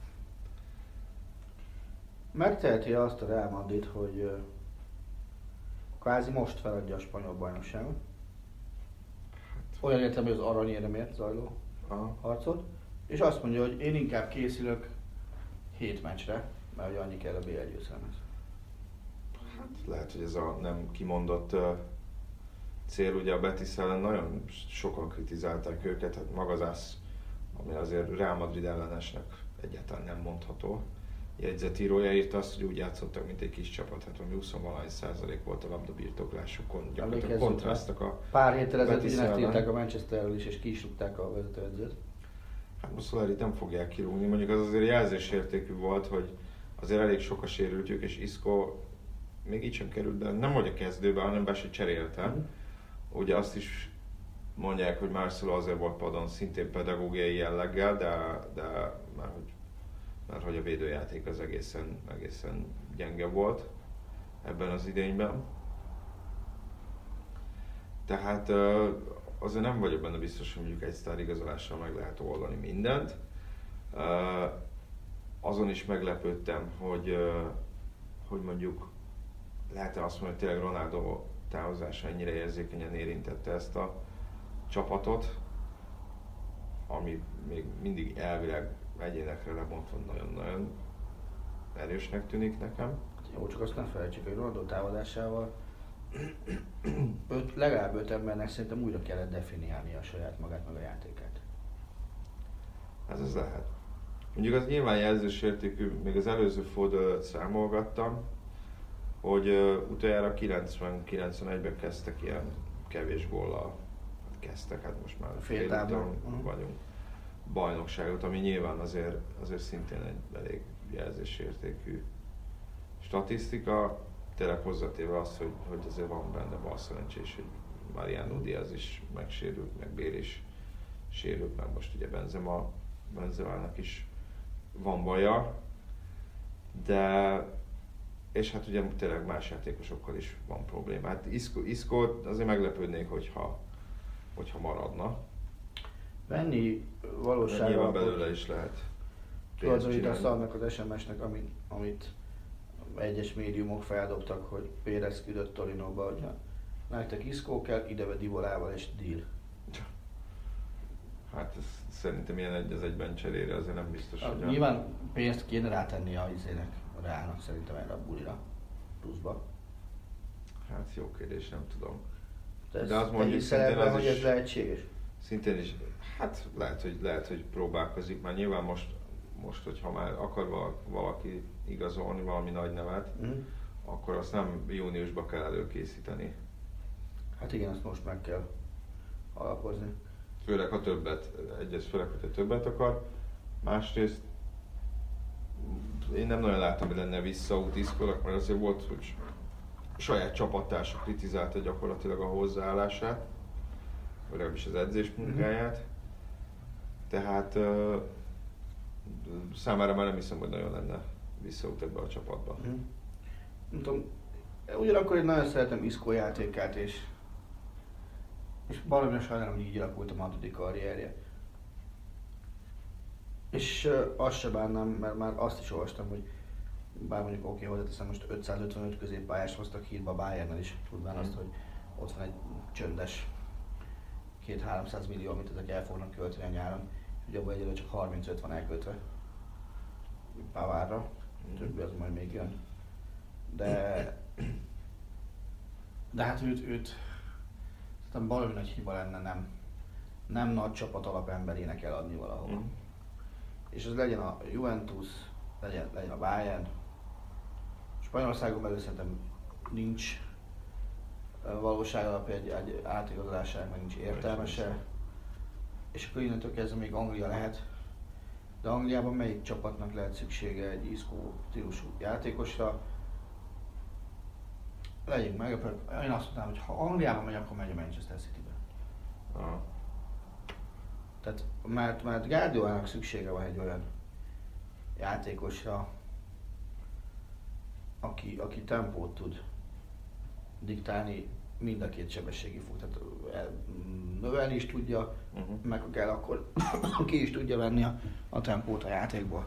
Megteheti azt a Real Madrid, hogy kvázi most feladja a spanyol bajnokságot. Olyan értem, hogy az aranyéremért zajló harcot. És azt mondja, hogy én inkább készülök 7 meccsre, mert ugye annyi kell a BL győzelemhez. Hát lehet, hogy ez a nem kimondott cél, ugye a Betis ellen nagyon sokan kritizálták őket, hát maga az AS, ami azért Real Madrid ellenesnek egyáltalán nem mondható. Jegyzetírója írta azt, hogy úgy játszottak, mint egy kis csapat, hát ami 20% volt a labdabirtoklásukon, gyakorlatilag kontrasztak a pár héttel ezelőtt ugyanezt írták a Manchesterről is, és ki is rúgták a vezetőedzőt. Hát most Solerit nem fogják kirúgni, mondjuk az azért jelzésértékű volt, hogy azért elég sok a sérültjük, és Isco még így sem került be, nem hogy a kezdőbe, hanem be se cserélte. Ugye azt is mondják, hogy Marcelo azért volt padon szintén pedagógiai jelleggel, de már hogy a védőjáték az egészen gyenge volt ebben az idényben. Tehát azért nem vagyok benne biztos, hogy mondjuk egy sztárigazolással meg lehet oldani mindent. Azon is meglepődtem, hogy mondjuk lehet-e azt mondani, hogy tényleg Ronaldo távozása ennyire érzékenyen érintette ezt a csapatot, ami még mindig elvileg egyénekre lebontva nagyon-nagyon erősnek tűnik nekem. Jó, csak azt nem felejtsük, hogy Ronaldo távozásával legalább 5 embernek szerintem újra kellett definiálni a saját magát, meg a játékát. Ez lehet. Mondjuk az nyilván jelzősértékű, még az előző fordulót számolgattam, hogy utoljára 90-91-ben kezdtek ilyen kevés góllal. Kezdtek, hát most már fél úton vagyunk bajnokságot, ami nyilván azért szintén egy elég jelzésértékű statisztika. Tényleg hozzátéve azt, hogy azért van benne bal szerencsés, hogy Mariano Diaz is megsérült, meg Bale is sérült, meg most ugye Benzemának is van baja, de és hát ugye tényleg más játékosokkal is van probléma. Hát Isco azért meglepődnék, hogyha maradna. Venni valóságban... Nyilván belőle is lehet. Tulajdonítani annak az SMS-nek, amit egyes médiumok feldobtak, hogy Pérez küldött Torinóba, hogy nektek Isco kell, ideve Dybalával és deal. Hát ez szerintem ilyen egy az egyben cserére azért nem biztos, hogy... Nyilván pénzt kéne rátenni a Reálnak szerintem erre a bulira, pluszba. Hát jó kérdés, nem tudom. De azt mondjuk szintén az hogy ez lehetséges? Szintén is, hát lehet, hogy próbálkozik, már nyilván most hogyha már akar valaki igazolni valami nagy nevet, akkor azt nem júniusban kell előkészíteni. Hát igen, azt most meg kell alapozni. Főleg, ha többet akar. Másrészt én nem nagyon látom, hogy lenne visszaút Isco-nak, mert azért volt, hogy saját csapattársa kritizálta gyakorlatilag a hozzáállását, vagy legalábbis az edzés munkáját. Tehát számára már nem hiszem, hogy nagyon lenne visszaút ebbe a csapatba. Nem tudom, ugyanakkor én nagyon szeretem Isco játékát, és valamire sajnálom, hogy így alakult a madridi karrierje. És azt se bánnám, mert már azt is olvastam, hogy bár mondjuk oké, hozzáteszem, most 555 középpályást hoztak hírba Bayernnel is, tudván azt, hogy ott van egy csöndes 200-300 millió, amit ezek el fognak költeni a nyáron, hogy abban egyelőre csak 35 van elköltve Pavardra, többi az majd még jön. De hát őt szerintem valami nagy hiba lenne nem nagy csapat alapemberének eladni valahol. És az legyen a Juventus, legyen a Bayern. Spanyolországon belül szerintem nincs valóság alapja egy átigazolásának, meg nincs értelme se. És akkor innentől kezdve még Anglia lehet. De Angliában melyik csapatnak lehet szüksége egy Isco stílusú játékosra? Legyünk meg, én azt mondanám, hogy ha Angliában megy, akkor megy a Manchester Citybe. Tehát, mert Guardiolának szüksége van egy olyan játékosra, aki tempót tud diktálni mind a két sebességi fut. Tehát növelni is tudja, meg ha kell, akkor ki is tudja venni a tempót a játékból.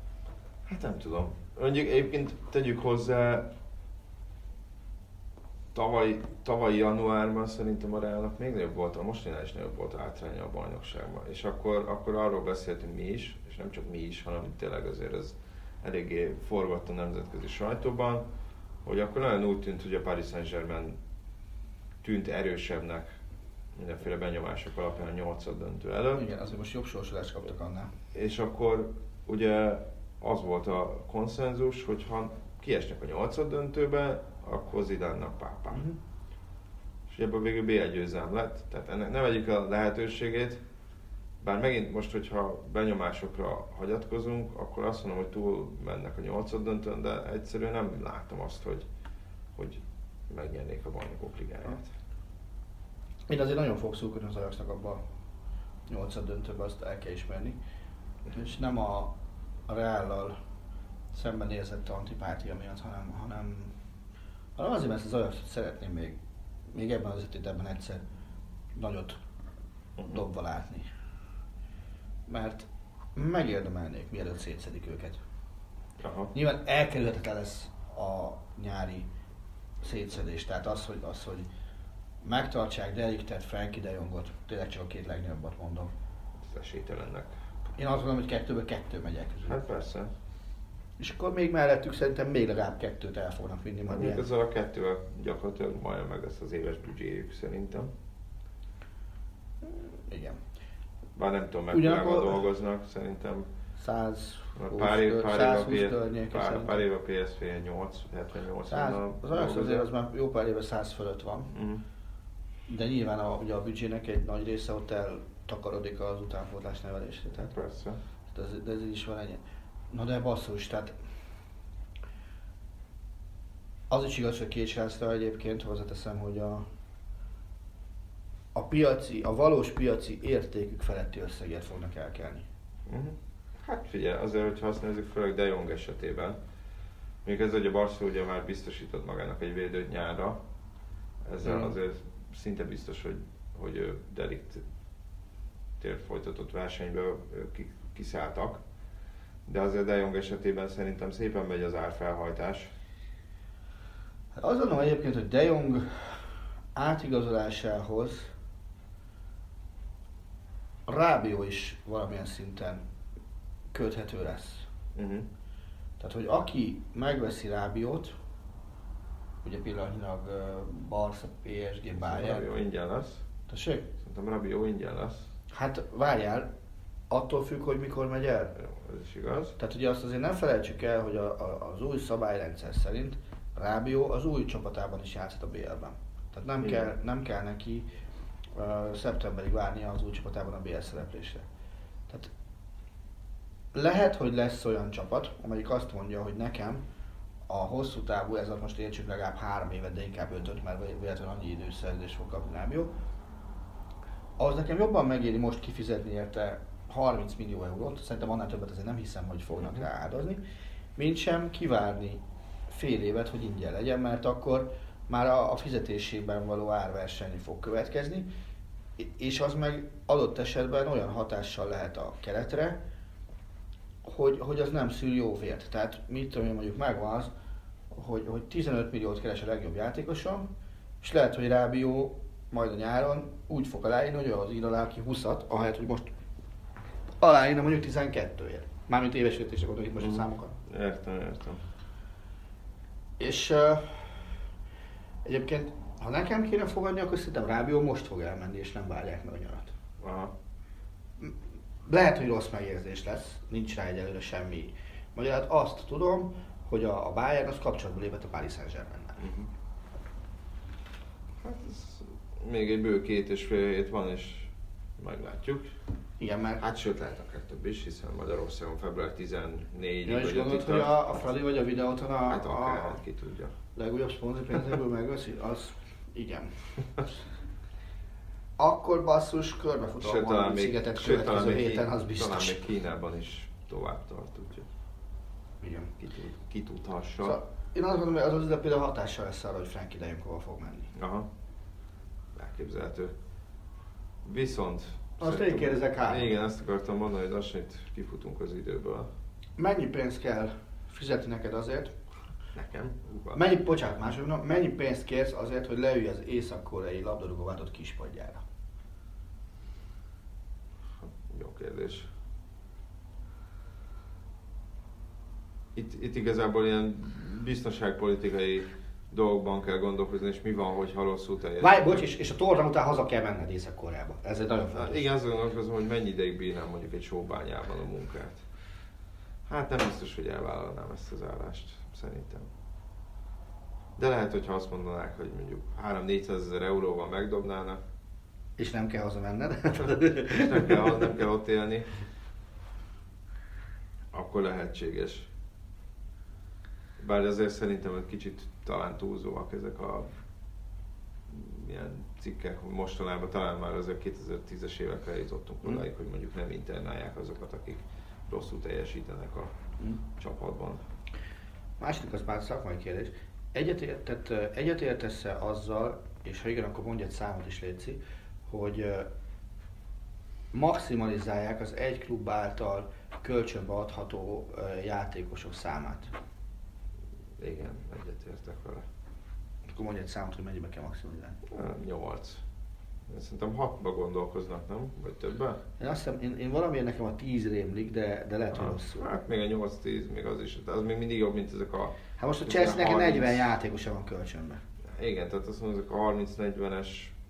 Hát nem tudom. Mondjuk egyébként tegyük hozzá, tavaly januárban szerintem a Realnak még nagyobb volt, a mostaninál is nagyobb volt a hátránya a bajnokságban. És akkor arról beszéltünk mi is, és nem csak mi is, hanem tényleg azért ez eléggé forgott a nemzetközi sajtóban, hogy akkor nagyon úgy tűnt, hogy a Paris Saint-Germain tűnt erősebbnek mindenféle benyomások alapján a 8. döntő előtt. Igen, azért most jobb sorsolást kaptak annál. És akkor ugye az volt a konszenzus, hogy ha kiesnek a 8. döntőbe, akkor Zidane-nak pápá. És ebből végül BL győzelem lett, tehát ennek ne vegyük a lehetőségét, bár megint most, hogyha benyomásokra hagyatkozunk, akkor azt mondom, hogy túl mennek a 8. döntőn, de egyszerűen nem látom azt, hogy megnyernék a Bajnokok Ligáját. Én azért nagyon fogok szurkolni az Ajaxnak abban a 8. döntőben, azt el kell ismerni. És nem a Reállal szemben érzett antipátia miatt, hanem azért, mert az Ajaxot szeretném még ebben az ötétben egyszer nagyot dobva látni. Mert megérdemelnék, mielőtt szétszedik őket. Aha. Nyilván elkerülhetetlen lesz a nyári szétszedés, tehát az, hogy megtartsák De Ligtet, Frenkie de Jongot, tényleg csak a két legnagyobbat mondom. Ez esélytelennek. Én azt mondom, hogy 2-ből 2 megy el közül. Hát persze. És akkor még mellettük szerintem még legalább 2-t el fognak vinni majd ilyen. Ezzel a 2-vel gyakorlatilag majdnem meg lesz az éves büdzséjük szerintem. Igen. Bár nem tudom, mekkorával dolgoznak, szerintem. 120 környéke szerintem. Pár éve a PSV 78. Az Ajax azért az már jó pár éve 100 fölött van. De nyilván ugye a büdzsének egy nagy része ott eltakarodik az utánpótlás nevelésre. Tehát persze. De ez is van ennyi. Na de basszus, tehát az is igaz, hogy Kécsrászra egyébként hozzáteszem, hogy a valós piaci értékük feletti összegért fognak elkelni. Hát figyelj, azért, hogyha azt nézzük, főleg De Jong esetében, még ez, hogy a Barca ugye már biztosított magának egy védőt nyárra, ezzel azért szinte biztos, hogy De Ligt tért folytatott versenyből kiszálltak. De azért De Jong esetében szerintem szépen megy az árfelhajtás. Hát azt gondolom egyébként, hogy De Jong átigazolásához Rábió is valamilyen szinten köthető lesz. Tehát, hogy aki megveszi Rábiót, ugye pillanatnyilag Barca, PSG, Bayern. Rábió ingyen lesz. Tessék? Szerintem Rábió ingyen lesz. Hát várjál, attól függ, hogy mikor megy el. Jó, ez is igaz. Tehát ugye azt azért nem felejtsük el, hogy az új szabályrendszer szerint Rábió az új csapatában is játszhat a BL-ben. Tehát nem kell neki szeptemberig várnia az új csapatában a BL szereplésre. Tehát lehet, hogy lesz olyan csapat, amelyik azt mondja, hogy nekem a hosszú távú, ez most értsük legalább 3 évet, de inkább 5-öt, mert véletlenül annyi időszerződést fog kapni Rábió. Az nekem jobban megéri most kifizetni érte 30 millió eurót, szerintem annál többet azért nem hiszem, hogy fognak rá áldozni, mint sem kivárni fél évet, hogy ingyen legyen, mert akkor már a fizetésében való árverseny fog következni, és az meg adott esetben olyan hatással lehet a keretre, hogy az nem szül jó vért. Tehát mit tudom én, mondjuk megvan az, hogy 15 milliót keres a legjobb játékosom, és lehet, hogy Rábió majd a nyáron úgy fog aláírni, hogy az ír alá ki 20-at, ahelyett, hogy most aláírna mondjuk 12-ért. Mármint éves fizetésre gondoljuk most a számokat. Értem. És egyébként, ha nekem kéne fogadni, akkor szerintem Rábió most fog elmenni, és nem várják meg a nyarat. Aha. Lehet, hogy rossz megérzés lesz, nincs rá egyelőre semmi magyarázat. Azt tudom, hogy a Bayern az kapcsolatba lépett a Paris Saint-Germain-nel. Hát ez még egy bő 2,5 hét van, és meglátjuk. Igen, mert... Hát sőt, lehet akár több is, hiszen Magyarországon február 14-ig. Ja, és gondolod, hogy a Fradi vagy a Videóton hát akár, ki tudja. Legújabb szponzorpénzekből megveszi? Az igen. Akkor basszus, körbefutom a szigetet következő héten, az biztos. Talán még Kínában is tovább tart, úgyhogy igen. Ki tudhassa. Szóval én azt gondolom, hogy az például hatással lesz arra, hogy Frenkie de Jong hova fog menni. Aha, elképzelhető. Viszont... Azt én kérdezek át. Igen, azt akartam mondani, hogy lassan itt kifutunk az időből. Mennyi pénzt kell fizetni neked azért, Nekem? Mennyi pénzt kérsz azért, hogy leülj az észak-koreai labdarúgóvállalat kispadjára? Jó kérdés. Itt igazából ilyen biztonságpolitikai dolgokban kell gondolkozni, és mi van, hogyha rosszul teljesít. Várj, bocs, és a torna után haza kell menned Észak-Koreába. Ez egy nagyon fontos. Igen, azt gondolkozom, hogy mennyi ideig bírnám mondjuk egy sóbányában a munkát. Hát nem biztos, hogy elvállalnám ezt az állást, szerintem. De lehet, hogyha azt mondanák, hogy mondjuk 300-400 ezer euróval megdobnának. És nem kell hazamenned. És nem kell ott élni. Akkor lehetséges. Bár azért szerintem egy kicsit talán túlzóak ezek a ilyen cikkek, mostanában talán már azért 2010-es évekre jutottunk odáig, hogy mondjuk nem internálják azokat, akik rosszul teljesítenek a csapatban. Második az már szakmai kérdés. Egyetértesz-e azzal, és ha igen, akkor mondj egy számot is, létszik, hogy maximalizálják az egy klub által kölcsönbe adható játékosok számát? Igen, egyetértek vele. Akkor mondj egy számot, hogy mennyibe kell maximalizálni. 8. Szerintem 6-ba gondolkoznak, nem? Vagy többen? Én azt hiszem, én valamiért nekem a 10 rémlik, de lehet, hogy rosszul. Hát még a 8-10, még az is, az még mindig jobb, mint ezek a... Hát most a Chelsea-nek 40 játékosa van kölcsönbe. Igen, tehát azt mondom, ezek a 30-40-es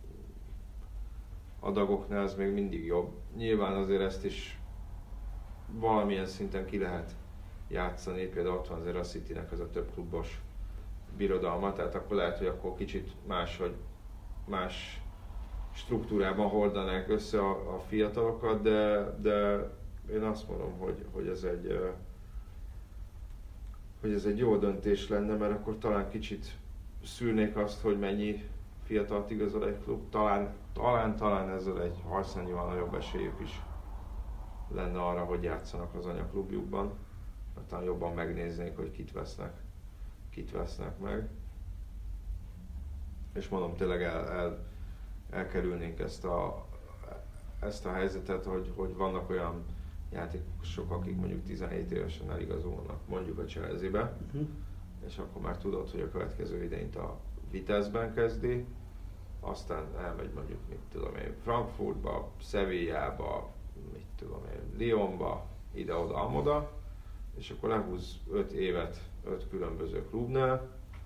adagoknál ez még mindig jobb. Nyilván azért ezt is valamilyen szinten ki lehet játszani, például ott van azért a Citynek az a több klubos birodalma, tehát akkor lehet, hogy akkor kicsit más struktúrában hordanák össze a fiatalokat, de én azt mondom, hogy ez egy jó döntés lenne, mert akkor talán kicsit szűrnék azt, hogy mennyi fiatalt igazol egy klub, talán ezzel egy harcányival nagyobb esélyük is lenne arra, hogy játszanak az anyaklubjukban, mert talán jobban megnéznék, hogy kit vesznek meg. És mondom, tényleg elkerülnénk ezt a helyzetet, hogy vannak olyan játékosok, akik mondjuk 17 évesen eligazolnak mondjuk a Chelsea-be, és akkor már tudod, hogy a következő idényt a Vitesse-ben kezdi, aztán elmegy mondjuk, mit tudom én, Frankfurtba, Sevillába, mit tudom én, Lyonba, ide-oda, amoda, és akkor lehúz 5 évet 5 különböző klubnál,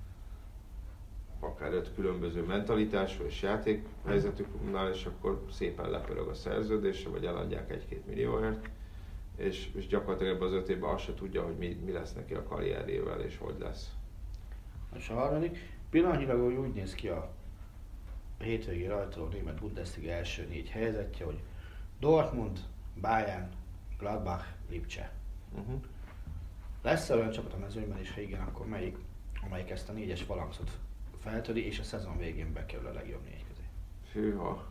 akár 5 különböző mentalitású és játékhelyzetű klubnál, és akkor szépen lepörög a szerződése, vagy eladják 1-2 millióért, és gyakorlatilag ebben az 5 évben azt se tudja, hogy mi lesz neki a karrierjével, és hogy lesz. És a harmadik, pillanatnyilag úgy néz ki a hétvégi rajtoló német Bundesliga első 4 helyzetje, hogy Dortmund, Bayern, Gladbach, Lipcse. Lesz olyan csapat a mezőnyben, és ha igen, akkor amelyik ezt a 4-es falangszot feltöri, és a szezon végén bekerül a legjobb 4 közé? Hűha.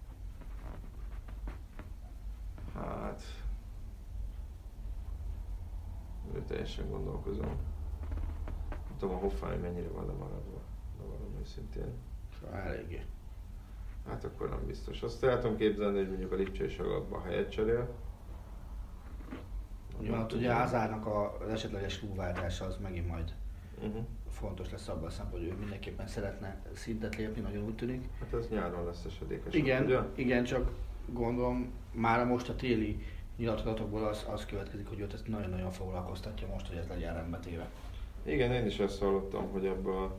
Hát... teljesen gondolkozom. Nem tudom, a Hoffenheim mennyire van lemaradva, de valami őszintén. Eléggé. Hát akkor nem biztos. Azt el tudom képzelni, hogy mondjuk a Lipcse és a Gladbach helyet cserél. Hát ugye Hazardnak az esetleges klubváltása az megint majd fontos lesz abban a szempontból, hogy ő mindenképpen szeretne szintet lépni, nagyon úgy tűnik. Hát ez nyáron lesz esedékes. Igen, csak gondolom már most a téli nyilatkozatokból az következik, hogy őt ezt nagyon-nagyon foglalkoztatja most, hogy ez legyen rendbe téve. Igen, én is ezt hallottam, hogy ebből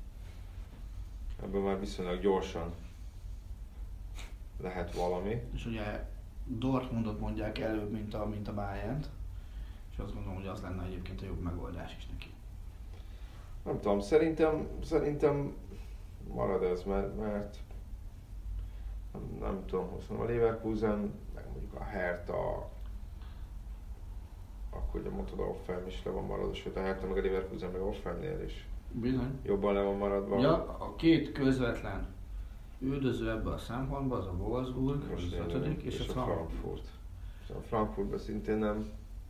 már viszonylag gyorsan lehet valami. És ugye Dortmundot mondják előbb, mint a Bayernt, és azt gondolom, hogy az lenne egyébként a jobb megoldás is neki. Nem tudom, szerintem marad ez, mert nem tudom, a Leverkusen, meg mondjuk a Hertha, akkor ugye mondtad, a Hoffenheim is le van maradva, sőt a Hertha meg a Leverkusen meg a Hoffenheimnél is bizony jobban le van maradva. Ja, a két közvetlen üldöző ebben a szempontban az a Wolfsburg, az 5. és a Frankfurt. És a Frankfurtban szintén nem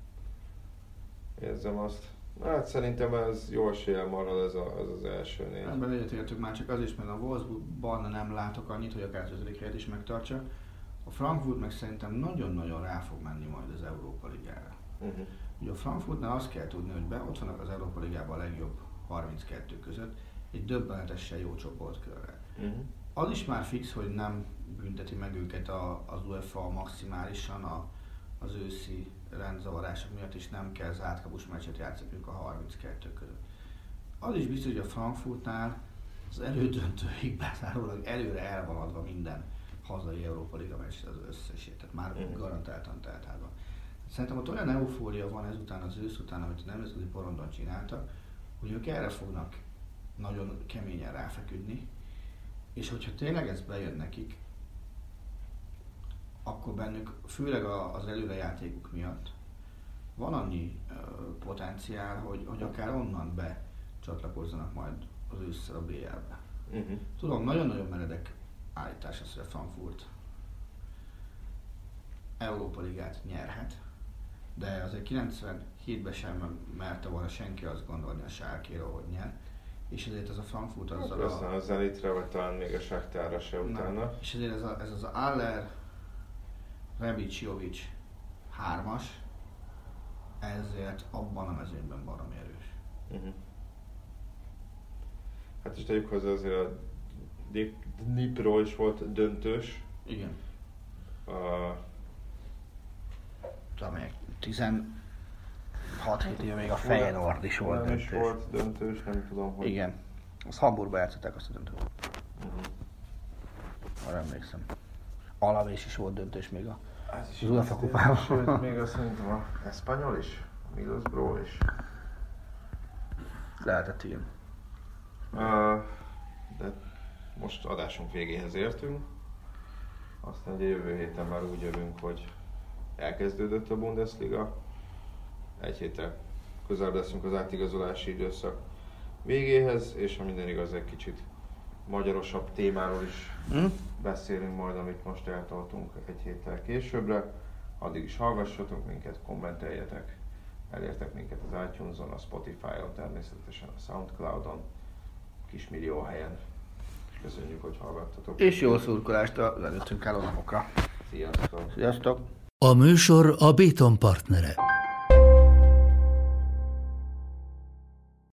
érzem azt. Hát szerintem ez jó eséllyel marad ez az első 4. Ebben egyetértünk már csak az is, mert a Wolfsburgban nem látok annyit, hogy akár az 5. helyet is megtartsa. A Frankfurt meg szerintem nagyon-nagyon rá fog menni majd az Európa Ligára. Ugye a Frankfurtnál azt kell tudni, hogy ott vannak az Európa Ligában a legjobb 32 között, egy döbbenetesen jó csoportkörrel. Az is már fix, hogy nem bünteti meg őket az UEFA maximálisan az őszi rendzavarások miatt, és nem kell zártkapus meccset játszaniuk a 32 között. Az is biztos, hogy a Frankfurtnál az elődöntőig bezárólag előre el van adva minden hazai Európa Liga meccs az összesét, tehát már garantáltan teltházban. Szerintem ott olyan eufória van ezután az ősz után, amit a nemzetközi porondon csináltak, hogy ők erre fognak nagyon keményen ráfeküdni, és hogyha tényleg ez bejön nekik, akkor bennük, főleg az előrejátékuk miatt van annyi potenciál, hogy akár onnan becsatlakozzanak majd az ősszel a BL-be. Tudom, nagyon-nagyon meredek állítás az, hogy a Frankfurt Európa Ligát nyerhet, de azért 97-ben sem merte volna senki azt gondolni a Schalkéről, hogy nyer. És ezért ez a Frankfurt azzal aztán az Zenitre, vagy talán még a Shakhtarra se utána. És ezért ez az Aller, Rebic, Jovic 3-as, ezért abban a mezőnyben baromi erős. Hát is tegyük hozzá, azért a Dnipro is volt döntős. Igen. Amelyek 16 éve még a Feyenoord is volt döntős. Is volt döntős, nem tudom, hogy... Igen. Az Hamburgba játszották azt a döntőt. Arra emlékszem. Alavés is volt döntős még az UEFA kupában. Sőt, még azt szerintem a Espanyol is, a Middlesbrough is. Lehetett, igen. De most adásunk végéhez értünk. Aztán ugye jövő héten már úgy jövünk, hogy elkezdődött a Bundesliga. Egy héttel közel leszünk az átigazolási időszak végéhez, és ha minden igaz, egy kicsit magyarosabb témáról is beszélünk majd, amit most eltoltunk egy héttel későbbre. Addig is hallgassatok minket, kommenteljetek, elértek minket az iTunes-on, a Spotify-on, természetesen a Soundcloud-on, kismillió helyen. Köszönjük, hogy hallgattatok. És jó szurkolást az előttünk álló napokra. Sziasztok! Sziasztok! A műsor a Béton partnere.